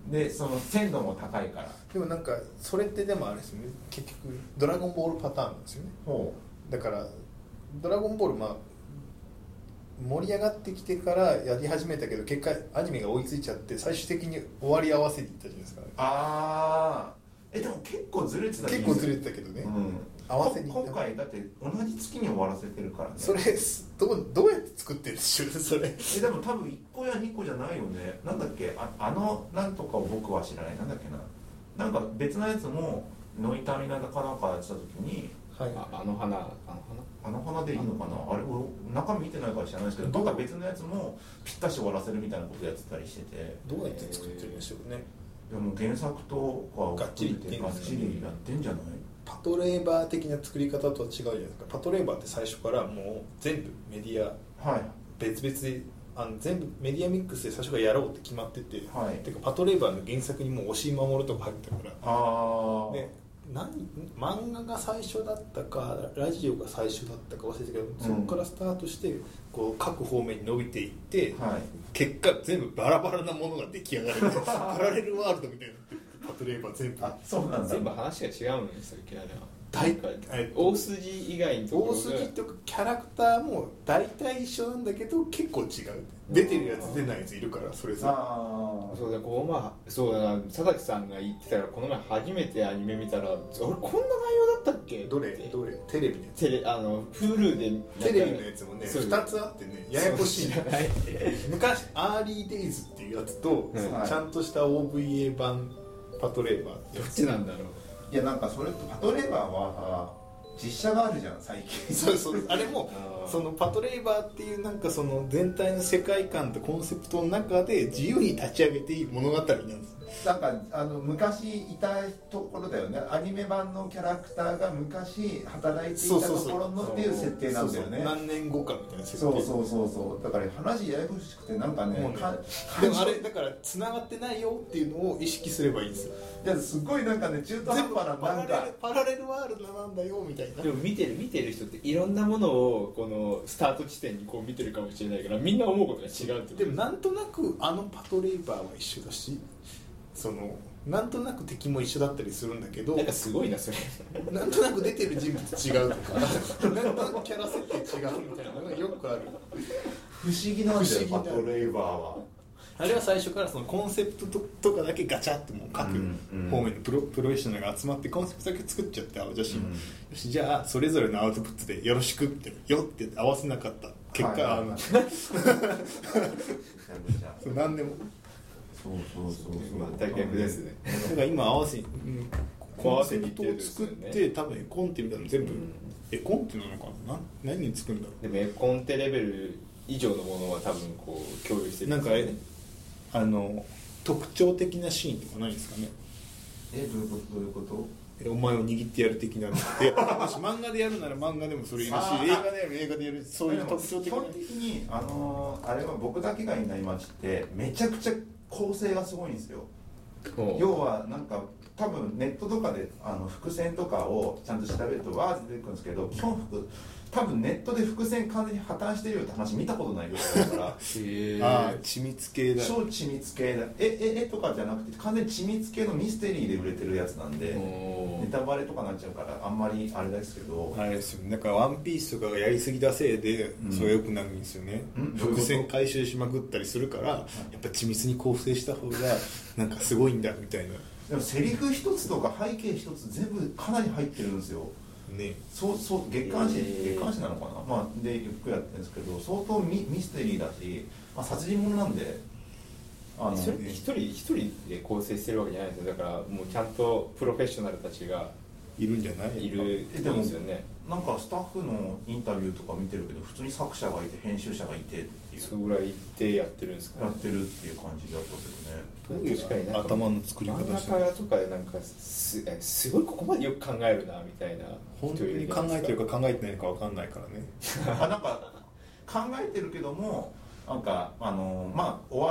でその鮮度も高いから。 でもなんかそれってでもあれですよね、結局ドラゴンボールパターンなんですよね。ほうだからドラゴンボールまあ盛り上がってきてからやり始めたけど結果アニメが追いついちゃって最終的に終わり合わせにいったじゃないですか、ね、 ああえでも結構ずれてた結構ずれてたけどね、うん、合わせに今回だって同じ月に終わらせてるからね。 それどうどうやって作ってるんでしょうそれえでも多分いっこやにこじゃないよね。なんだっけ あ, あのなんとかを僕は知らない。なんだっけな、なんか別のやつもノイタミナかなんかやってた時に、 はい、あ, あの花あの花あの花でいいのかな、あれ俺中身見てないから知らないですけど、なんか別のやつもぴったし終わらせるみたいなことやってたりしてて、 どうやって作ってるんでしょうね。 でも原作とかをがっちりってがっちりやってんじゃない。 パトレーバー的な作り方とは違うじゃないですか。パトレーバーって最初からもう全部メディア別々で、あの全部メディアミックスで最初からやろうって決まってて、はい、てかパトレーバーの原作にもう押井守とか入ったから、あで何漫画が最初だったかラジオが最初だったか忘れたけど、うん、そこからスタートしてこう各方面に伸びていって、はい、結果全部バラバラなものが出来上がるパラレルワールドみたいなパトレーバー全部。 あ、そうなんだ。 全部話が違うんですよ、キャラは。 大大筋以外のところが大筋とかキャラクターも大体一緒なんだけど結構違う。出てるやつ出ないやついるからそれぞれ。あそうだ、この前そうだな、佐々木さんが言ってたからこの前初めてアニメ見たら、俺こんな内容だったっけ。 どれどれテレビのやつ。 テレあの Hulu でテレビのやつもねふたつあってねややこしい昔アーリーデイズっていうやつと、はい、ちゃんとした オーブイエー 版パトレーバーってどっちなんだろう。 いやなんかそれとパトレーバーは実写があるじゃん最近。 そうそうあれもそのパトレーバーっていうなんかその全体の世界観とコンセプトの中で自由に立ち上げていい物語なんです。 なんかあの昔いたところだよね。アニメ版のキャラクターが昔働いていたところのっていう設定なんだよね。 何年後かみたいな設定。 そうそうそうそう。だから話ややこしくてなんかね。 もうねでもあれだから繋がってないよっていうのを意識すればいいんですよ。 いやすごいなんかね中途半端ななんかパラレルワールドなんだよみたいな。 でも見てる見てる人っていろんなものをこのスタート地点にこう見てるかもしれないからみんな思うことが違うって。 でもなんとなくあのパトレーバーは一緒だし。そのなんとなく敵も一緒だったりするんだけどなんかすごいなそれなんとなく出てる人物違うとかなんとなくキャラ設定違うみたいなのがよくある。 不思議なんだよパトレーバーは。 あれは最初からそのコンセプトとかだけガチャッともう各方面のプロ、プロフェッショナルが集まってコンセプトだけ作っちゃって青写真、うん、よしじゃあそれぞれのアウトプットでよろしくってよって合わせなかった結果、はい、あのそう何でもそうそうそうそう全く逆ですね。 だから今合わせに、うん、コンセプトを作って多分絵コンテみたいなの全部、うん、絵コンテなのかな、な何に作るんだろう。 でも絵コンテレベル以上のものは多分こう共有してるんですよね。 なんかあの特徴的なシーンとかないんですかね。 えどういうことどういうことお前を握ってやる的なのでもし漫画でやるなら漫画でもそれいるし映画でやる映画でやるそういう特徴的な。 基本的にあのー、あれは僕だけがいない街ってめちゃくちゃ構成がすごいんですよ。要はなんか多分ネットとかであの伏線とかをちゃんと調べるとわーって出てくるんですけど、基本服多分ネットで伏線完全に破綻してるよって話見たことないぐらいだからああ緻密系だ超緻密系だえええとかじゃなくて完全に緻密系のミステリーで売れてるやつなんでネタバレとかなっちゃうからあんまりあれですけどあれですよね。なんかワンピースとかがやりすぎたせいで、うん、それ良くなるんですよね、うん、伏線回収しまくったりするから、うん、やっぱ緻密に構成した方がなんかすごいんだみたいな。 でもセリフ一つとか背景一つ全部かなり入ってるんですよね。そうそう月刊誌、えー、月刊誌なのかな、まあ、でゆっくりやってるんですけど相当 ミ, ミステリーだし、まあ、殺人者なんであのそれって一人一人で構成してるわけじゃないですよ。だからもうちゃんとプロフェッショナルたちがいるんじゃないいるんですよね。 なんかスタッフのインタビューとか見てるけど普通に作者がいて編集者がいてっていうそれぐらいいてやってるんですか、 ね、やってるっていう感じだったけどね。 確かに頭の作り方して漫画家とかでなんか す, すごいここまでよく考えるなみたいな。 本当に考えてるか考えてないか分かんないからねあなんか考えてるけどもなんかあのまあ終わらす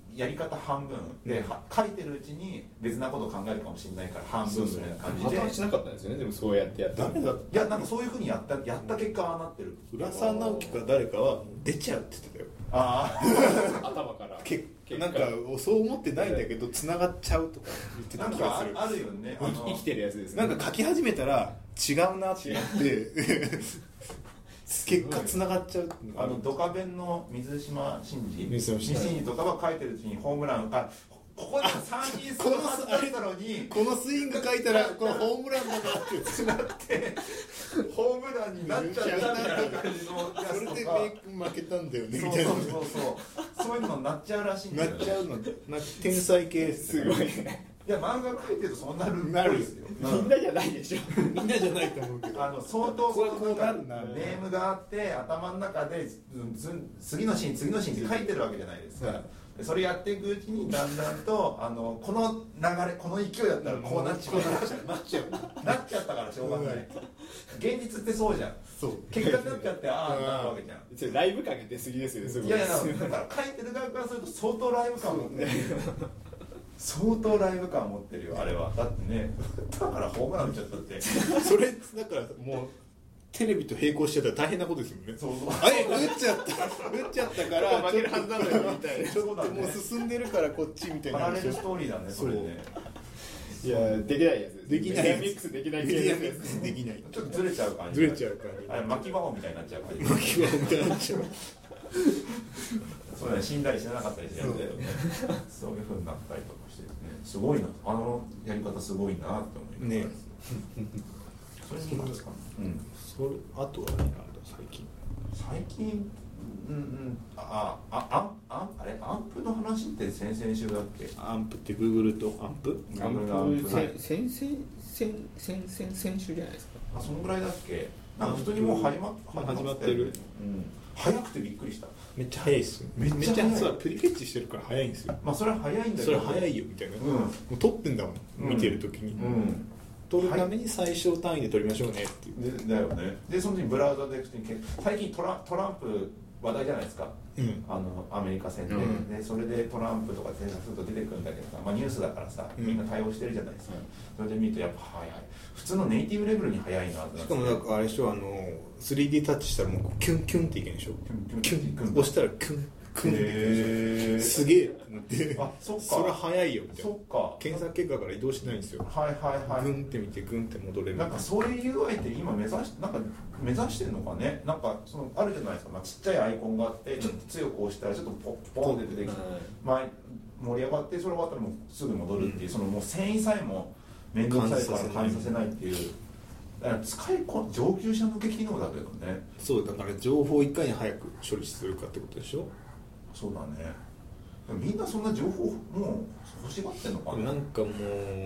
やり方半分で、書いてるうちに別なことを考えるかもしれないから半分みたいな感じで破綻しなかったんですよね。でもそうやってやってダメだ。 いやなんかそういうふうにやったやった結果はああなってる。 浦沢直樹か誰かは出ちゃうって言ってたよ。 あ頭からけなんかそう思ってないんだけど繋がっちゃうとか言ってあなんた気がする。 かあるよね。あの生きてるやつですね。 なんか書き始めたら違うなってなって結果繋がっちゃうっていうのがあのドカベンの水島新司水島新司とかは書いてるうちにホームランあここでさんにんするはずだったのにこのスイング書いたらこれホームランだなってつなってホームランになっちゃったみたいな感じのやそれでつとかメイク負けたんだよねみそうたいなそうそうそうそういうのになっちゃうらしいんだよね。 なっちゃうのな天才系すごいね。 いや漫画描いてるとそうなるっなるぽいですよ。 みんなじゃないでしょ。 みんなじゃないと思うけどあの相当これこうなんかなるなネームがあって頭の中でず次のシーン次のシーンって書いてるわけじゃないですか。でそれやっていくうちにだんだんとあのこの流れこの勢いだったらこうなっちゃうなっちゃうなっちゃったからしょうがない現実ってそうじゃん。 そう結果になっちゃってああなるわけじゃん。 それライブ感が出過ぎですよね。すごいやいやだから書いてる側からすると相当ライブ感持ってる相当ライブ感持ってるよあれは。だってねだからホームラン打っちゃったってそれだからもうテレビと並行しちゃったら大変なことですよね。 そうそうあれ打っちゃった打っちゃったから負けるはずなのよみたいな。 ちょっともう進んでるからこっちみたいなパラレルストーリーだねそれね。 いやできないやつです。 できないメディアミックスできない系メディアのやつミックスできないちょっとずれちゃう感じずれちゃう感じあれ巻き場みたいになっちゃう感じ巻き場みたいになっちゃうそうだね死んだり死ななかったりしてるんだよねそういうふうになったりとかしてねすごいなあのやり方すごいなって思いながらねそれそうなんですか。うんそれあとは何なんだ最近最近うんうんああああんあれアンプの話って先々週だっけ。 アンプって Google とアンプアンプアンプ先先先先先先週じゃないですか。 あそのぐらいだっけ。なんか普通にもう始ま始まってる。 うん早くてびっくりした。 めっちゃ早いっすよめっちゃ早いそうプリケッチしてるから早いんですよ。 まあそれは早いんだけどそれ早いよみたいな、 うんもう撮ってんだもん、 うん見てる時に、 うん撮るために最小単位で撮りましょうねっていう、 でだよね。でその時にブラウザで普通にけ最近トラトランプ話題じゃないですか。 うんあのアメリカ戦で、 うんでそれでトランプとか検索すると出てくるんだけどさ、まあ、ニュースだからさうんみんな対応してるじゃないですか、それで見るとやっぱ早い普通のネイティブレベルに早いなってなってしかもなんかあれでしょあの スリーディー タッチしたらもうキュンキュンっていけんでしょキュンキュンキュン押したらキュンキュンっていけるでしょへーすげえってなってあそっかそれ早いよみたいなそっか検索結果から移動しないんですよはいはいはいグンって見てグンって戻れるなんかそういう ユーアイ って今目指しなんか目指してるのかね。なんかそのあるじゃないですか、まあ、ちっちゃいアイコンがあってちょっと強く押したらちょっとポッポンって出てきて、前盛り上がってそれ終わったらもうすぐ戻るっていう、そのもう繊維さえも面倒くさいから感じさせないっていうだから使いこ上級者向け機能だけどね。 そうだから情報をいかに早く処理するかってことでしょ。 そうだね。でもみんなそんな情報もう欲しがってんのかな。 なんかもう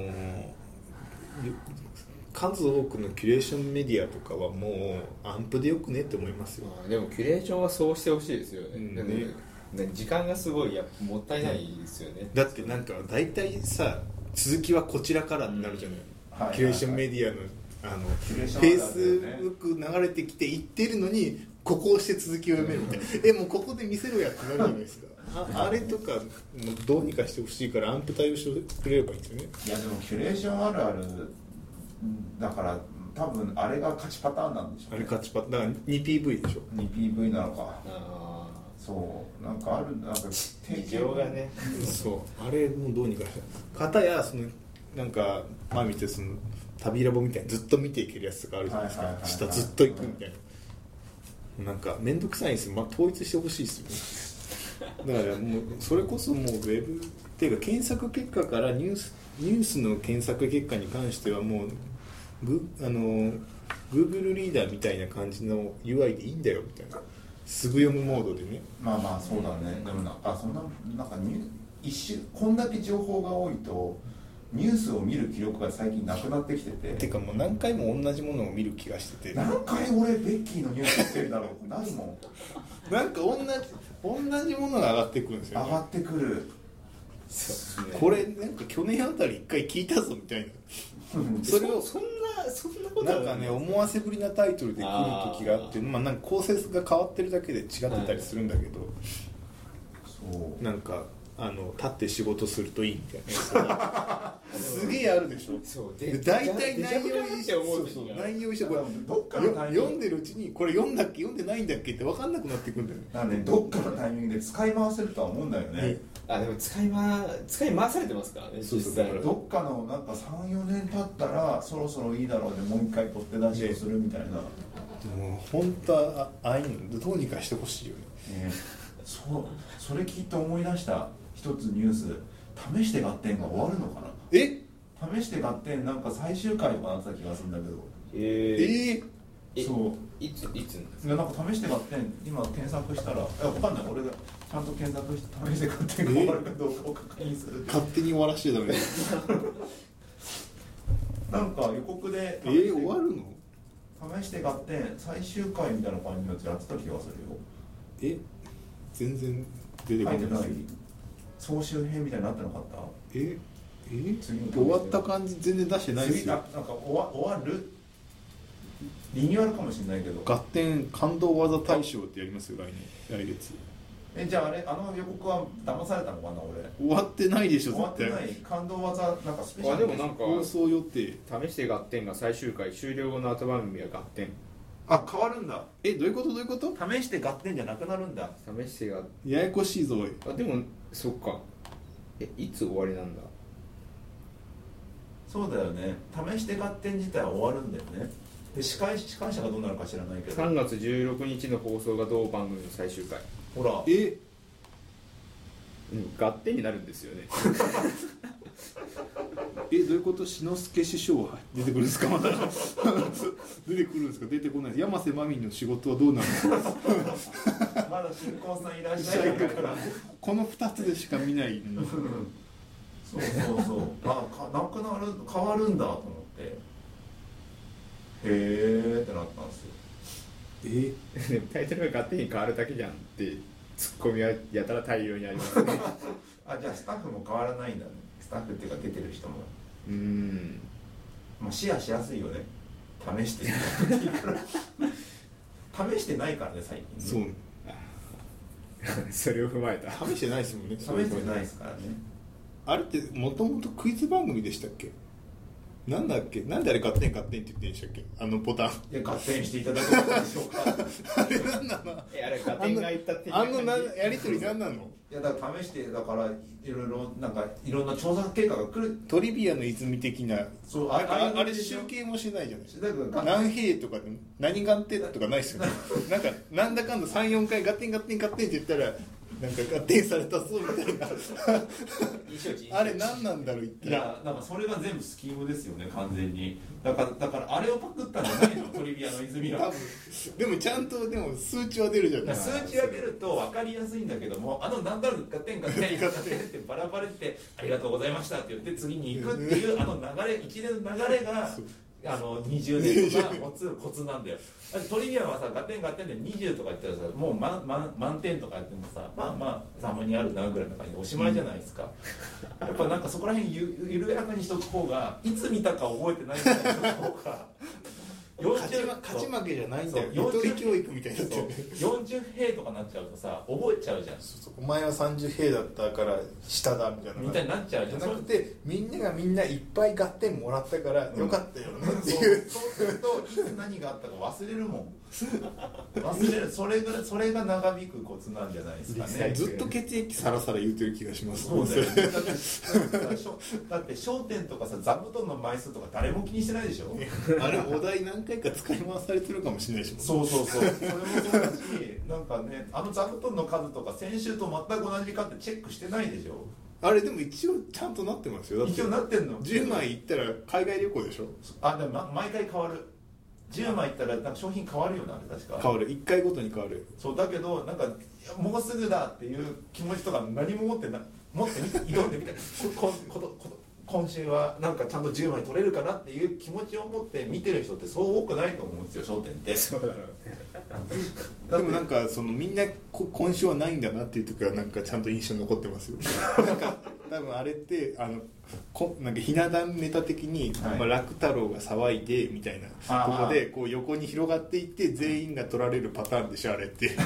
数多くのキュレーションメディアとかはもうアンプでよくねって思いますよ。 まあでもキュレーションはそうしてほしいですよね、 うんでもねね時間がすごいやっぱもったいないですよね、 だってなんか大体さ続きはこちらからになるじゃない、 はいはいはいキュレーションメディアのあのキュレーションフェイあるあるだよねスブック流れてきて言ってるのにここを押して続きを読めるみたいな、えもうここで見せろやってなるじゃないですか。あ, あれとかもうどうにかしてほしいからアンプ対応してくれればいいんですよね。 いやでもキュレーションあるあるだから多分あれが勝ちパターンなんでしょうね。 あれ勝ちパだから にピーブイ でしょ。 にピーブイ なのか。 あそうなんかあるなんか事情がねそうあれもどうにかして片やそのなんか前見てその旅ラボみたいにずっと見ていけるやつとかあるじゃないですか、 はいはいはいはい下ずっと行くみたいな、なんか面倒くさいんですよ、まあ、統一してほしいですよね。だからもうそれこそもうウェブっていうか検索結果からニュースニュースの検索結果に関してはもうグあの Google リーダーみたいな感じの ユーアイ でいいんだよみたいな、すぐ読むモードでね。 まあまあそうだね。でもなんかそんななんかニュ一瞬こんだけ情報が多いとニュースを見る記録が最近なくなってきてて。 てかもう何回も同じものを見る気がしてて、 何回俺ベッキーのニュース見てるだろう。ないもん。 なんか同じ同じものが上がってくるんですよ、ね、 上がってくる。 これなんか去年あたり一回聞いたぞみたいなそれをそんなそんなことなんかね思わせぶりなタイトルで来る時があってまあなんか構成が変わってるだけで違ってたりするんだけど、 そうなんかあの立って仕事するといいみたいなすげえあるでしょ。 そうで大体内容にして思うそうそう内容してこれどっかのタイミング読んでるうちにこれ読んだっけ読んでないんだっけって分かんなくなっていくんだよね。 なんでどっかのタイミングで使い回せるとは思うんだよね。 あでも使いま使い回されてますからねそうそう実際。 どっかのなんかさんよねん経ったらそろそろいいだろうでもう一回取って出しをするみたいな、 でも本当はああいうのどうにかしてほしいよね。 ね、そうそれ聞いて思い出した一つニュース、試して合点が終わるのかな。 え試して合点なんか最終回とかなった気がするんだけど、 えー、 えー、 そういついついやなんか試して合点今検索したらいや分かんない、俺がちゃんと検索して試して合点が終わるかどうかを確認する。 勝手に終わらせてダメだなんか予告でえー、終わるの試して合点最終回みたいな感じのやつやってた気がするよ。 え全然出てこない書いてない総集編みたいになってなかった。 ええ次に終わった感じ全然出してないですよ。 次なんか終わ終わるリニューアルかもしれないけど、 合点感動技大賞ってやりますよ来年来月。 えじゃああれあの予告は騙されたのかな。俺終わってないでしょ終わってない絶感動技なんかスペシャルあでもなんか対放送予定。 試して合点が最終回終了後の後番組は合点。 あ変わるんだ。 えどういうことどういうこと。 試して合点じゃなくなるんだ。 試してがややこしいぞおい。 あでもそっかえいつ終わりなんだ。 そうだよね、試して合点自体は終わるんだよね。で司会司会者がどうなるか知らないけどさんがつじゅうろくにちの放送が同番組の最終回。 ほらえうん合点になるんですよねえどういうこと志の輔師匠は出てくるんですかまだ出てくるんですか出てこないです。山瀬まみの仕事はどうなるんですかまだ新婚さんいらっしゃるからこのふたつでしか見ない、うんそうそうそうあかなくなる変わるんだと思ってへえってなったんですよ。 えでもタイトルが合点に変わるだけじゃんってツッコミはやたら大量にありますねあじゃあスタッフも変わらないんだね。スタッフっていうか出てる人も、 うーんまあ、シェアしやすいよね。試して試してないからね最近ね。 そうそれを踏まえた試してないですもんね。 試してないですからね。 あれってもともとクイズ番組でしたっけ。なんだっけなんであれ合点合点って言ってんでしたっけあのボタン。 いや合点していただけますでしょうかあれなんなのえあれ合点が言ったってあのなやりとりなんなの。 いやだから試してだからいろいろなんかいろんな調査結果が来る。 トリビアの泉的な。 そうあああれでしょ集計もしないじゃないですか。 だから何平とか何眼点とかないですよねなんかなんだかんださんよんかい合点合点合点って言ったらなんか合点されたそうみたいなあれ何なんだろう一体。 いやなんかそれが全部スキームですよね完全に。だからだからあれをパクったんじゃないのトリビアの泉多は。 分でもちゃんとでも数値は出るじゃないですか。 数値が出ると分かりやすいんだけども、あの何だろう合点合点合点ってバラバラってありがとうございましたって言って次に行くっていうあの流れ一連の流れがあのにじゅうねんとか持つコツなんだよ。だってトリビアはさ合点合点でにじゅうとか言ったらさもう満満満点とかやってもさまあまあたまにあるなぐらいの感じでおしまいじゃないですか。やっぱなんかそこら辺ゆ緩やかにしとく方がいつ見たか覚えてないみたいな方が勝ちま勝ち負けじゃないんだよ。ゆとり教育みたいになってるね。 よんじゅう平とかなっちゃうとさ覚えちゃうじゃん。 そうそうお前はさんじゅう平だったから下だみたいなみたいになっちゃうじゃん。 じゃなくてみんながみんないっぱい合点もらったからよかったよねってそういう、 そうするといつ何があったか忘れるもん。忘れるそれがそれが長引くコツなんじゃないですかね。 ずっと血液サラサラ言うてる気がしますそうだよね。だってだって焦点とかさ座布団の枚数とか誰も気にしてないでしょ。 あれお題何回か使い回されてるかもしれないしそうそうそう。それもそうだしなんかねあの座布団の数とか先週と全く同じかってチェックしてないでしょ。 あれでも一応ちゃんとなってますよ。だって一応なってんの。 じゅうまいいったら海外旅行でしょ。 あでも、ま、毎回変わる。じゅうまいいったらなんか商品変わるよなあれ確か。 変わるいっかいごとに変わる。 そうだけどなんかもうすぐだっていう気持ちとか何も持ってな持ってみ挑んでみたいここここ今週はなんかちゃんとじゅうまい取れるかなっていう気持ちを持って見てる人ってそう多くないと思うんですよ。商店ってそうだろうでもなんかそのみんなこ今週はないんだなっていう時はなんかちゃんと印象に残ってますよなんか多分あれってあのこなんかひな壇ネタ的に、 はいまあ、楽太郎が騒いでみたいなところでこう横に広がっていって全員が取られるパターンでしょあれって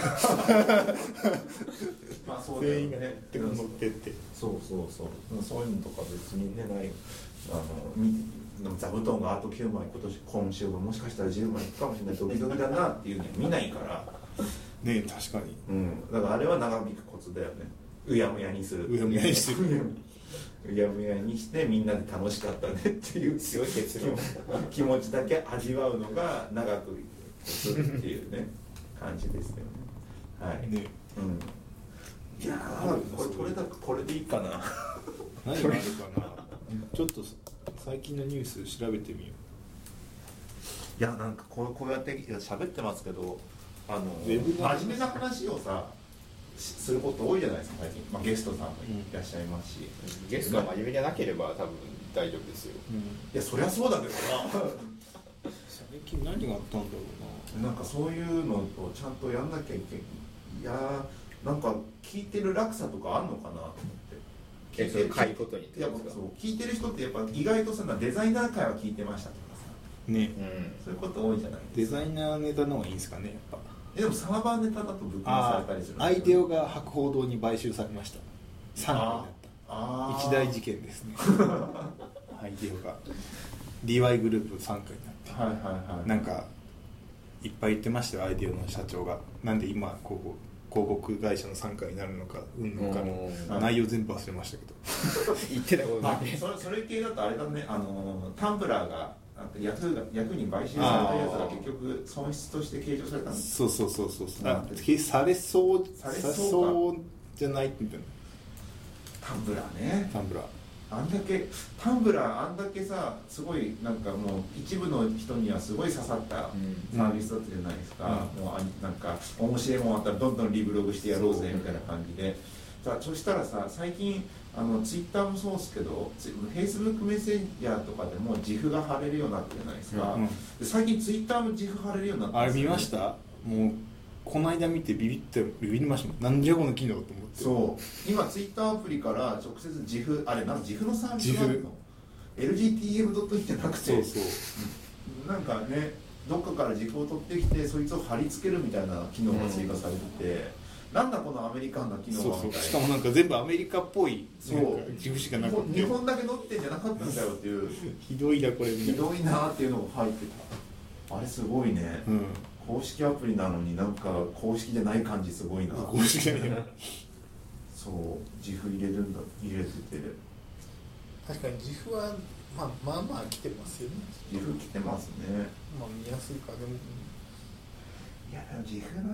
まあそうだよね、 全員がねって乗ってってそうそうそうそういうのとか別にねないあのみ座布団があときゅうまい今年今週ももしかしたらじゅうまいいくかもしれないドキドキだなっていうの見ないからね確かに、 うん、だからあれは長引くコツだよねうやむやにするうやむやにするうやむやにしてみんなで楽しかったねっていう強い結論気持ちだけ味わうのが長くするっていうね感じですよねはいね、 うん、いやーこれこれだこれでいいかな何があるかなちょっと最近のニュース調べてみよいやなんかこうこうやっていや喋ってますけどあのウェブの真面目な話をさすること多いじゃないですか最近、まあ、ゲストさんもいらっしゃいますし、 うん、ゲストが真面目じゃなければ多分大丈夫ですよ、 う、うん、 いやそりゃそうだけどな最近何があったんだろうななんかそういうのをちゃんとやんなきゃいけないいやーなんか聞いてる落差とかあんのかなと思ってえそれ買いことにいやそう聞いてる人ってやっぱ意外とさデザイナー界は聞いてましたとかさね、 うん、 そういうこと多いじゃないデですかザイナーネタの方がいいんですかねやっぱえでもサーバーネタだとブッキングされたりするアイデオが博報堂に買収されましたさんかいになった一大事件ですねアイデオが ディーワイ グループさんかいになって、 はいはいはい、 なんかいっぱい言ってましたよアイデオの社長がなんで今広告広告会社の傘下になるのかうんぬんかの内容全部忘れましたけど言ってたことだけそれそれ系だとあれだねあのタンブラーがなんかヤフーがヤフーに買収されたやつが結局損失として計上されたんですそうそうそうそうあされそうされさそうそうじゃないみたいなタンブラーねタンブラーあんだけタンブラーあんだけさすごいなんかもう一部の人にはすごい刺さったサービスだったじゃないですか、うん、もうあなんか面白いもんあったらどんどんリブログしてやろうぜみたいな感じでさそしたらさ最近あのツイッターもそうですけどフェイスブックメッセンジャーとかでも自負が貼れるようになってるじゃないですか、うん、で最近ツイッターも自負貼れるようになってあれ見ましたもうこの間見てビビってビビりましたもんなんじゃこの機能と思ってそう今ツイッターアプリから直接自負あれなんか自負のサービスがあるの エルジーティーエム ドットインじゃなくてそうそうなんかねどっかから自負を取ってきてそいつを貼り付けるみたいな機能が追加されてて、うん、なんだこのアメリカンな機能はみたいなそうそうしかもなんか全部アメリカっぽいそう自負しかなくて日本だけ載ってんじゃなかったんだよっていうひどいなこれひどいなっていうのが入ってたあれすごいね、うん公式アプリなのになんか公式じゃない感じすごいな公式じゃないそう自負入れるんだ入れてて確かに自負は、まあ、まあまあ来てますよね自負来てますねまあ見やすいかでもいやでも自負な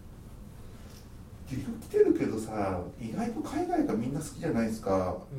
自負来てるけどさ意外と海外がみんな好きじゃないですか、うん、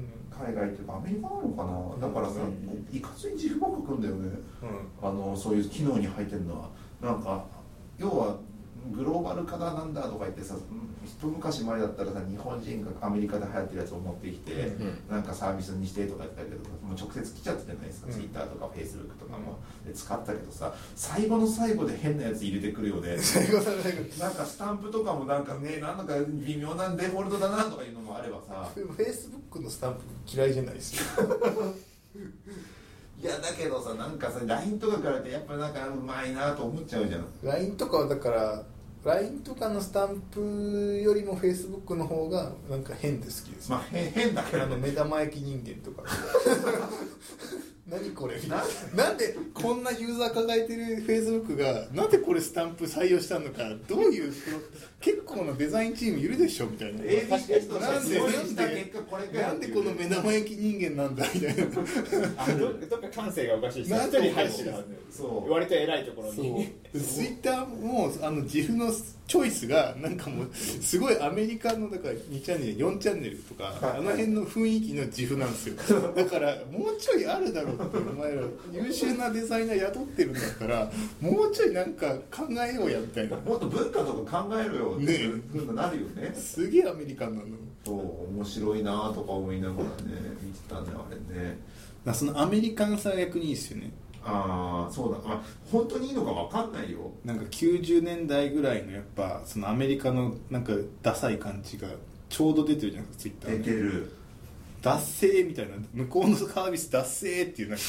海外っていうかアメリカなのかなだからさ、うん、いかつい自負ばっかくんだよね、うん、あのそういう機能に入ってるのはなんか要はグローバル化だなんだとか言ってさ一昔前だったらさ日本人がアメリカで流行ってるやつを持ってきて、うん、なんかサービスにしてとか言ったけどもう直接来ちゃってたじゃないですか、うん、ツイッターとかフェイスブックとかもで使ったけどさ最後の最後で変なやつ入れてくるよね最後の最後なんかスタンプとかもなんかねなんか微妙なデフォルトだなとかいうのもあればさフェイスブックのスタンプ嫌いじゃないですかいやだけどさなんかさ ライン とかからってやっぱなんかうまいなと思っちゃうじゃんライン とかはだから ライン とかのスタンプよりも Facebook の方がなんか変で好きです、 まあ変変だけど、ね、 あの目玉焼き人間とか何これな, なんでこんなユーザー抱えてる Facebook がなんでこれスタンプ採用したのかどういう結構なデザインチームいるでしょみたいなエービー テストなんでなんでこの目玉焼き人間なんだみたいなあど, どっか感性がおかしい人一人入ってるはずそう割と偉いところにツイッターもあの自負のチョイスがなんかもうすごいアメリカのだからにチャンネルよんチャンネルとかあの辺の雰囲気の自負なんですよだからもうちょいあるだろうってお前ら優秀なデザイナー雇ってるんだったらもうちょいなんか考えようやみたいなもっと文化とか考えろよってなるよねすげえアメリカンなのそう面白いなとか思いながらね見てたんだよあれねだそのアメリカンさが逆にいいですよねああそうだ、まあ、本当にいいのか分かんないよなんかきゅうじゅうねんだいぐらいのやっぱそのアメリカのなんかダサい感じがちょうど出てるじゃないですかツイッター出てる脱製みたいな、向こうのサービス脱製っていうなんか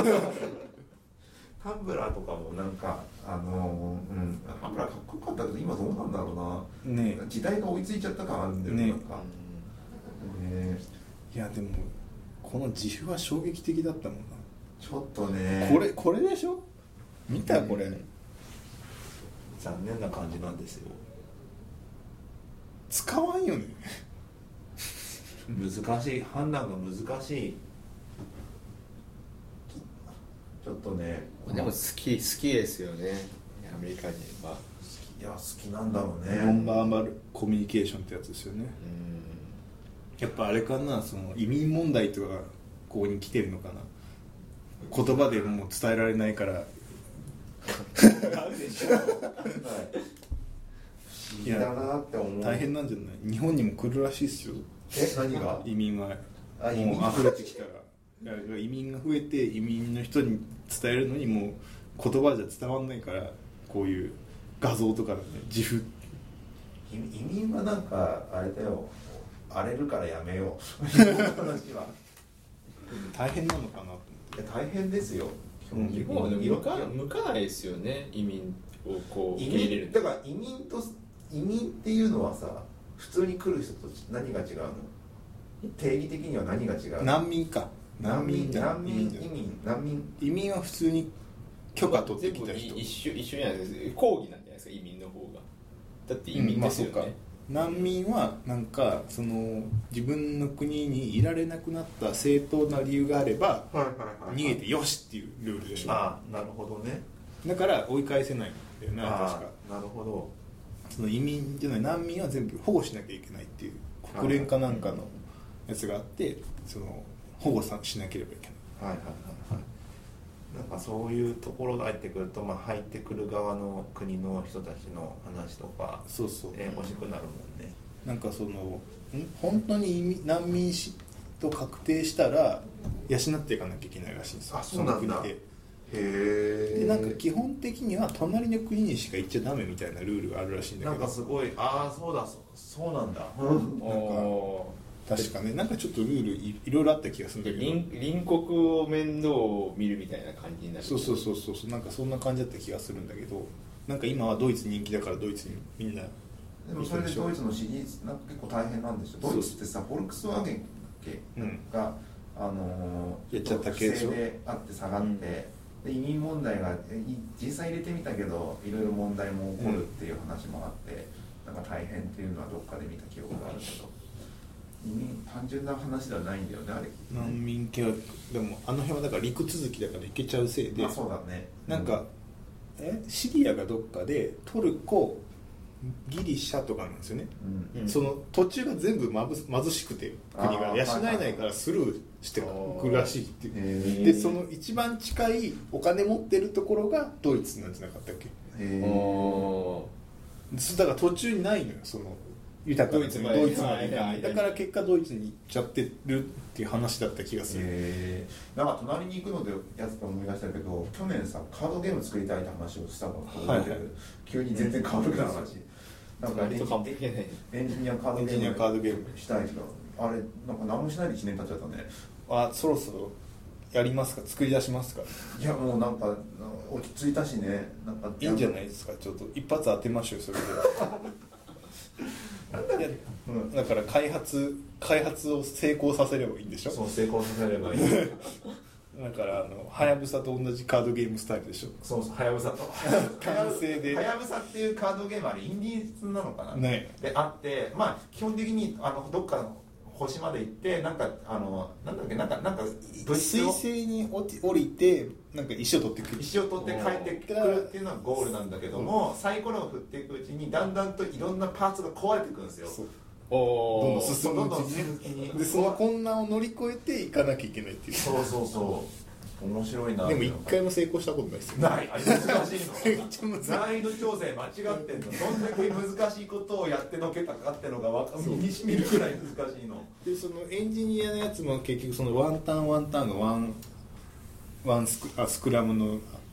タンブラーとかもなんかあのー、うんタンブラーかっこよかったけど今どうなんだろうな、ね、時代が追いついちゃった感あるんだよね、なんか、ね、 いやでもこの自負は衝撃的だったもんな。 ちょっとねこれこれでしょ、見たこれ、うん、 残念な感じなんですよ。 使わんよね難しい、判断が難しい。ちょっとねでも好き好きですよね、アメリカ人は。好き、いや好きなんだろうね。 ノンバーバルコミュニケーションってやつですよね。うん、やっぱあれかな、その移民問題とかここに来てるのかな。言葉でもう伝えられないから。 いやだなって思う。 大変なんじゃない？日本にも来るらしいですよ。 え、何が？ 移民はもう溢れてきたら。移民が増えて移民の人に伝えるのにもう言葉じゃ伝わんないから、こういう画像とかね、自負。 移民はなんかあれだよ、荒れるからやめよう話は大変なのかなと思って。 いや大変ですよ。 日本は向か、向かないですよね、移民をこう受け入れる。 だから移民と移民っていうのはさ、普通に来る人と何が違うの？定義的には何が違うの？ 難民か。 難民、難民、移民、難民。 移民は普通に許可取ってきた人。 一緒一緒じゃないですか。抗議なんじゃないですか、移民の方が。だって移民ですよね。うん、まあ、そうか。 難民はなんかその自分の国にいられなくなった正当な理由があれば逃げてよしっていうルールでしょ。 ああ、なるほどね。 だから追い返せないんだよね、確か。 なるほど。 その移民じゃない難民は全部保護しなきゃいけないっていう国連かなんかのやつがあって、その保護さしなければいけない。 はいはいはいはい。なんかそういうところが入ってくると、まあ、入ってくる側の国の人たちの話とかそうそうえー、欲しくなるもんね。 なんかその本当に難民と確定したら養っていかなきゃいけないらしいんですよ。 あ、そうなんだ。 その国で。 へえ。 でなんか基本的には隣の国にしか行っちゃダメみたいなルールがあるらしいんだけど。 なんかすごい、ああそうだ、そそうなんだ。 うん、なんか確かね、なんかちょっとルール い, いろいろあった気がするんだけど、 隣国を面倒を見るみたいな感じになる。 そうそうそうそう、なんかそんな感じだった気がするんだけど、なんか今はドイツ人気だからドイツにみんな。 でもそれでドイツのシリーズなんか結構大変なんですよ。ドイツってさ、フォルクスワーゲンが、うん、あのー、 やっちゃった系でしょ。 不正であって下がって、うん、で移民問題が実際入れてみたけどいろいろ問題も起こるっていう話もあって、うん、なんか大変っていうのはどっかで見た記憶があるけど、移民単純な話ではないんだよね、あれ。 難民系はでもあの辺はだから陸続きだから行けちゃうせいで、 あ、そうだね。 なんか、うん、えシリアがどっかでトルコギリシャとかなんですよね、うん、その途中が全部まぶ貧しくて国が養えないからスルーしてくるらしいっていう。でその一番近いお金持ってるところがドイツなんじゃなかったっけ。へー。だから途中にないのよ、その豊かなドイツまで、だから結果ドイツに行っちゃってるっていう話だった気がする。 へー。なんか隣に行くのでやつか思い出したけど、去年さカードゲーム作りたいって話をしたのが覚えてる、はいはい、急に全然変わるから話、なんかエンジニアカードゲームしたいけど、あれなんか何もしないでいちねん経っちゃったね。 あ、そろそろやりますか、作り出しますか。 いやもうなんか落ち着いたしね、なんかいいんじゃないですか、ちょっと一発当てましょうそれでいや、うん、だから開発開発を成功させればいいんでしょ。 そう、成功させればいいだからあのはやぶさと同じカードゲームスタイルでしょ。 そうそう、はやぶさと完成ではやぶさっていうカードゲームあれインディーズなのかな、 ね、 であって、まあ基本的にあのどっかの星まで行ってなんかあのなんだっけなんかなんか水星に降りてなんか石を取ってくる石を取って帰ってくるっていうのがゴールなんだけども、サイコロを振っていくうちにだんだんといろんなパーツが壊れていくんですよ。 おどんどん進むうちに、でその困難を乗り越えていかなきゃいけないっていう。 そうそうそう面白いな。 でも一回も成功したことないですよ。 ない。あれ難しいの難易度調整間違ってんの。どんだけ難しいことをやってのけたかってのが分か身にしみるくらい難しいので、そのエンジニアのやつも結局そのワンターンワンターンがワンワンスク、あスクラムの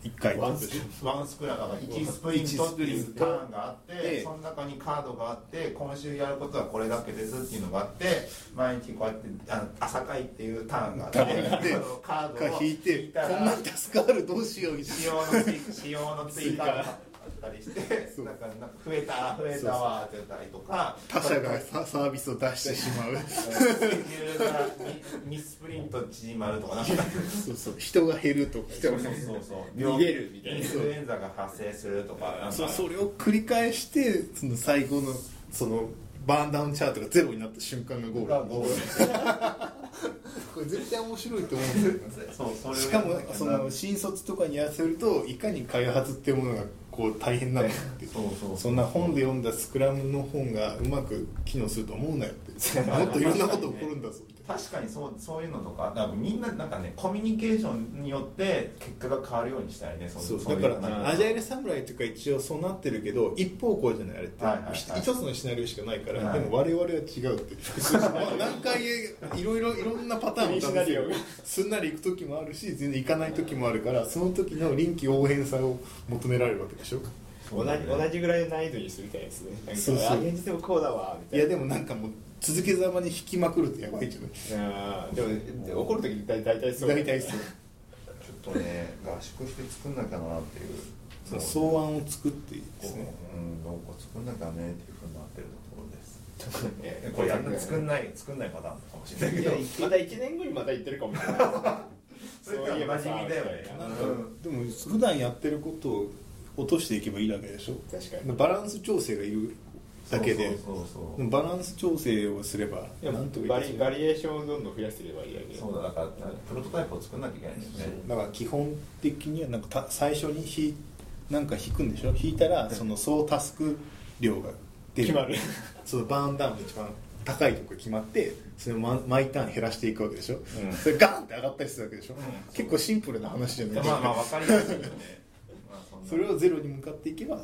いっかいワンスワンスクラがいちスプリントっていうターンがあってその中にカードがあって今週やることはこれだけですっていうのがあって毎日こうやってあの朝会っていうターンがあってカードを引いて引いたらこんなに助かるどうしよう仕様の追仕様の追加があったりしてなんかなんか増えた増えたわって言ったりとか他社がサービスを出してしまうスケジュールがにスプリント縮まるとかなんかそうそう人が減るとかそうそうそう逃げるみたいなインフルエンザが発生するとかなんかそ, それを繰り返してその最後のそのバーンダウンチャートがゼロになった瞬間がゴールがゴールこれ絶対面白いと思うんだよねそうそれしかもその新卒とかにやらせるといかに開発っていうものがこう大変なんだってそうそうそんな本で読んだスクラムの本がうまく機能すると思うなよってもっといろんなこと起こるんだぞって確かにそうそういうのとかなんかみんななんかねコミュニケーションによって結果が変わるようにしたいねそそうそうだからアジャイル侍とか一応そうなってるけど一方向じゃないあれって、 はいはいはい一つのシナリオしかないから、 はいでも我々は違うって何回いろいろいろんなパターンを試すよすんなり行く時もあるし全然行かない時もあるからその時の臨機応変さを求められるわけでしょ同じ同じぐらいの難易度にするみたいですねなんかそうそうあ現実でもこうだわみたいないやでもなんかもう続けざまに引きまくるとやばいじゃないあーでもで怒る時大体そう大体そうちょっとね合宿して作んなきゃなっていうその草案を作っていいですねうんどうか作んなきゃねっていうふうになってるところですえこれやんな作んない作んないパターンかもしれないけどまたいちねんごにまた言ってるかもしれないそれから真面目だよねなんかでも普段やってることを落としていけばいいだけでしょ確かにバランス調整がいるだけでそうそうそうでもバランス調整をすればいやなんとかバいいリバリエーションをどんどん増やしていけばいいだけでそうだだからプロトタイプを作んなきゃいけないんですよねだから基本的にはなんかた最初にひなんか引くんでしょ引いたらその総タスク量が出る決まるそのバーンダウンの一番高いとこが決まってそれを毎毎ターン減らしていくわけでしょ、 うんそれガーンって上がったりするわけでしょ、 ん結構シンプルな話じゃないですか、 まあまあ分かりやすいよねまあそんなそれをゼロに向かっていけば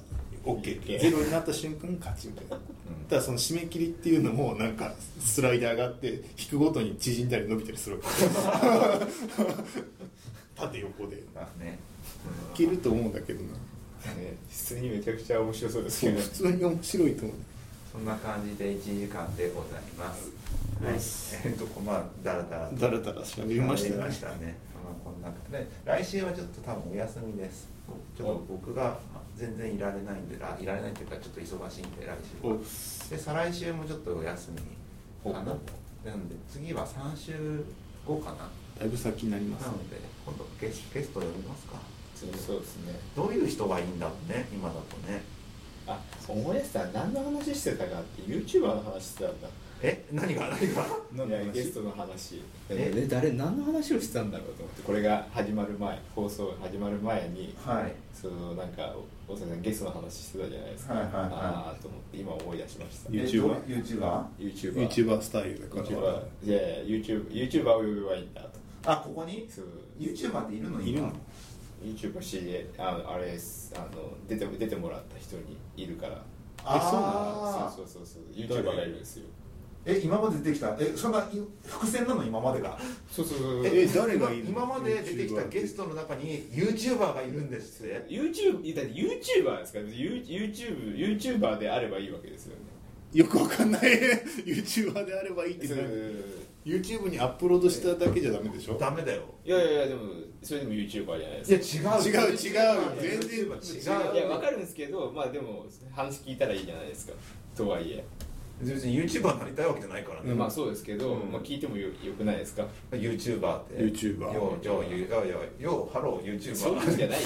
OK ゼロになった瞬間勝ちみたいな、ただその締め切りっていうのもなんかスライダーがあって引くごとに縮んだり伸びたりするわけ縦横でいまあねけると思うんだけどなね普通にめちゃくちゃ面白そうですそうけど普通に面白いと思うそんな感じでいちじかんでございますはいえっとまあだらだらだらだら喋りましたね喋りましたねまあこんなで来週はちょっと多分お休みですちょっと僕が全然いられないんであいられないというかちょっと忙しいんで来週はで再来週もちょっとお休みかななので次はさん週後かなだいぶ先になりますなので今度ゲスゲスト呼びますかそうですねどういう人がいいんだろうね今だとねあ思い出した何の話してたかって YouTuber の話してたんだえ何が何がいやゲストの話ええ誰何の話をしてたんだろうと思ってこれが始まる前放送始まる前にはいそのなんか大阪さんゲストの話してたじゃないですか、 はいはいはいああと思って今思い出しました YouTuber？ えどう YouTuber? YouTuber YouTuber スタイルだから YouTuber いやいや YouTube YouTuber を呼べばいいんだとあここにそう YouTuber っているのいるの今 YouTuber 知り合いああれですあの出て出てもらった人にいるからあそうそうそうそう YouTuber がいるんですよえ今まで出てきたえそんない伏線なの今までがそうそうそうえ誰がいるの今まで出てきたゲストの中に YouTuber がいるんですって YouTube だって YouTuber ですから YouTube YouTuber であればいいわけですよねよくわかんない YouTuber であればいいってそうな YouTube にアップロードしただけじゃダメでしょダメだよいやいやいやでもそれでも YouTuber じゃないですかいや違う違う違う全然違ういやわかるんですけどまあでも話聞いたらいいじゃないですかとはいえ、 別に YouTuber になりたいわけじゃないからね、 まあそうですけど、 うんまあ聞いてもよよくないですか YouTuber って YouTuber ようようようようようハロー YouTuber そういうんじゃない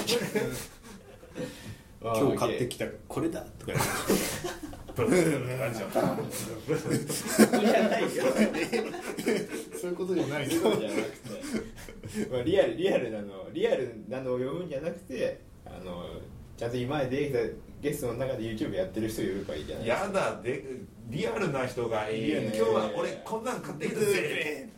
今日買ってきたこれだとか言ってブルーな感じだったそうじゃないよそういうことじゃないそういうことじゃなくて、まあ、リアルリアルなのリアルなのを読むんじゃなくてあのちゃんと今まで出てきたゲストの中で YouTube やってる人いるからいいじゃないですかやだでリアルな人がいい今日は俺こんなん買ってきたぜ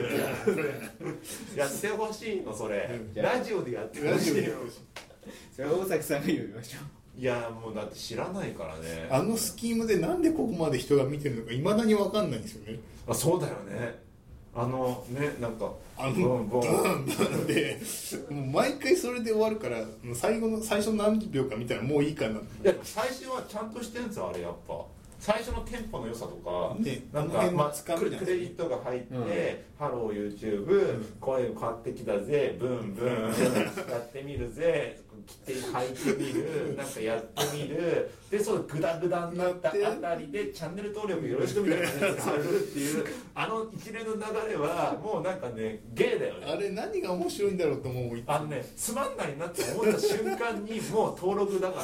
やってほしいのそれラジオでやってほしいよそれは大崎さんが呼びましょういやもうだって知らないからねあのスキームでなんでここまで人が見てるのかいまだに分かんないんですよねあそうだよねあのねなんかあのボンボンなんでもう毎回それで終わるから最後の最初の何秒か見たらもういいかな。 いや最初はちゃんとしてるんですよあれやっぱ。最初のテンポの良さとか、 ね、 なんか、まあ、クレジットが入って、うん、ハロー YouTube、うん、声を買ってきたぜ、ブンブンやってみるぜ、着て履いてみる、なんかやってみる、で、そうグダグダになったあたりでチャンネル登録よろしくみたいな感じであるっていう、あの一連の流れはもうなんかね、ゲーだよね。 あれ何が面白いんだろうと思う。 あのね、つまんないなって思った瞬間にもう登録だから。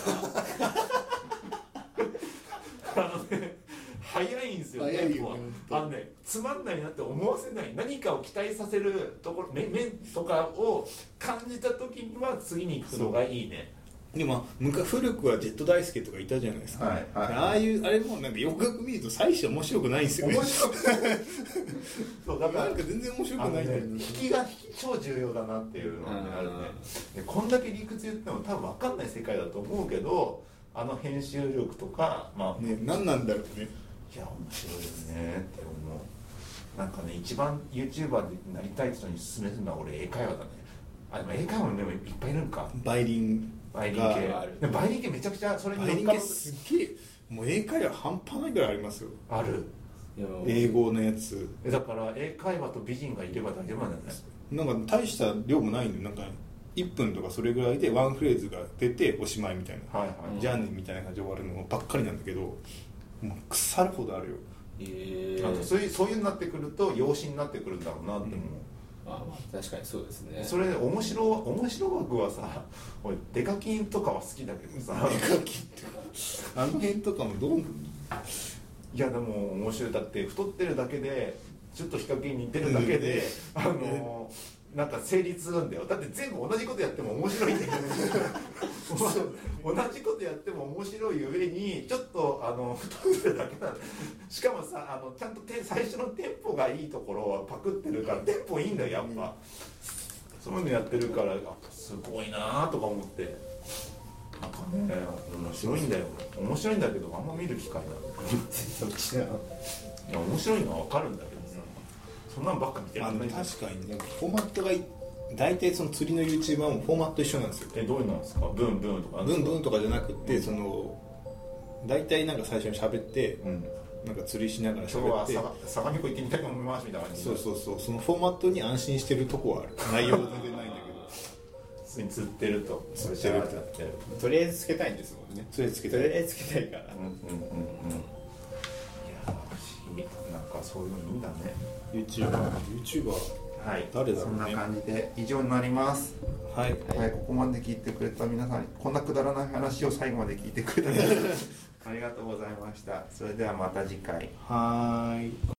あのね、早いんですよ、 早いよね。 あのね、つまんないなって思わせない、何かを期待させるところ、面とかを感じた時には次に行くのがいいね。 でも昔古くはジェット大輔とかいたじゃないですか、 はいはい、 ああいうあれもなんかよくよく見ると最初面白くないんですよね。 面白くないそうだからなんか全然面白くないんだよね。 引きが引き超重要だなっていうのになるね。でこんだけ理屈言っても多分分かんない世界だと思うけど、あの編集力とか、まあね、何なんだろうね。 いや面白いよねって思う。なんかね、一番 YouTuber でなりたい人に勧めるのは俺英会話だね。あでも英会話もいっぱいいるんか。 バイリンバイリン系ある。バイリン系めちゃくちゃそれにバイリン系すっげえもう英会話半端ないぐらいありますよ。 ある。 英語のやつ。 だから英会話と美人がいれば大丈夫なんだよね。 なんか大した量もないんで、なんかいっぷんとかそれぐらいでワンフレーズが出ておしまいみたいな、はいはい、じゃあねみたいな感じで終わるのばっかりなんだけど、もう腐るほどあるよ。 えー、あとそういうそういうになってくると養子になってくるんだろうなって思う、うん、 あまあ確かにそうですね。 それで面白面白枠はさ、俺デカキンとかは好きだけどさ、 デカキンとかあの辺とかもどういやでも面白い。だって太ってるだけでちょっとヒカキンに似てるだけで、うん、あのなんか成立するんだよ。だって全部同じことやっても面白いんだよね同じことやっても面白い上にちょっとあの太ってるだけなんだ。しかもさ、あのちゃんと最初のテンポがいいところはパクってるからテンポいいんだよやっぱ、うん、そういうのやってるからすごいなとか思って、なんかね面白いんだよ。面白いんだけどあんま見る機会ないそっちだ。いや面白いのは分かるんだけどさ、そんなんばっか見てる。 あの確かにね、フォーマットが大体その釣りの YouTuber もフォーマット一緒なんですよ。 えどういうのなんですか。ブンブンとかブンブンとかじゃなくて、うん、その大体なんか最初に喋って、うん、なんか釣りしながら喋って、 今日は相模湖行ってみたいと思いますみたいな感じ。 そうそうそう、そのフォーマットに安心してるとこはある。内容は全然ないんだけど普通に釣ってると釣ってるととりあえずつけたいんですもんね。 とりあえずつけたいとりあえずつけたいから。 うんうんうんうん。いや不思議。なんかそういうのいいんだね。 YouTuber YouTuber はい、 誰だろうね。 そんな感じで以上になります。 はい、 はい、ここまで聞いてくれた皆さん、こんなくだらない話を最後まで聞いてくれた皆さんありがとうございました。それではまた次回。 はい。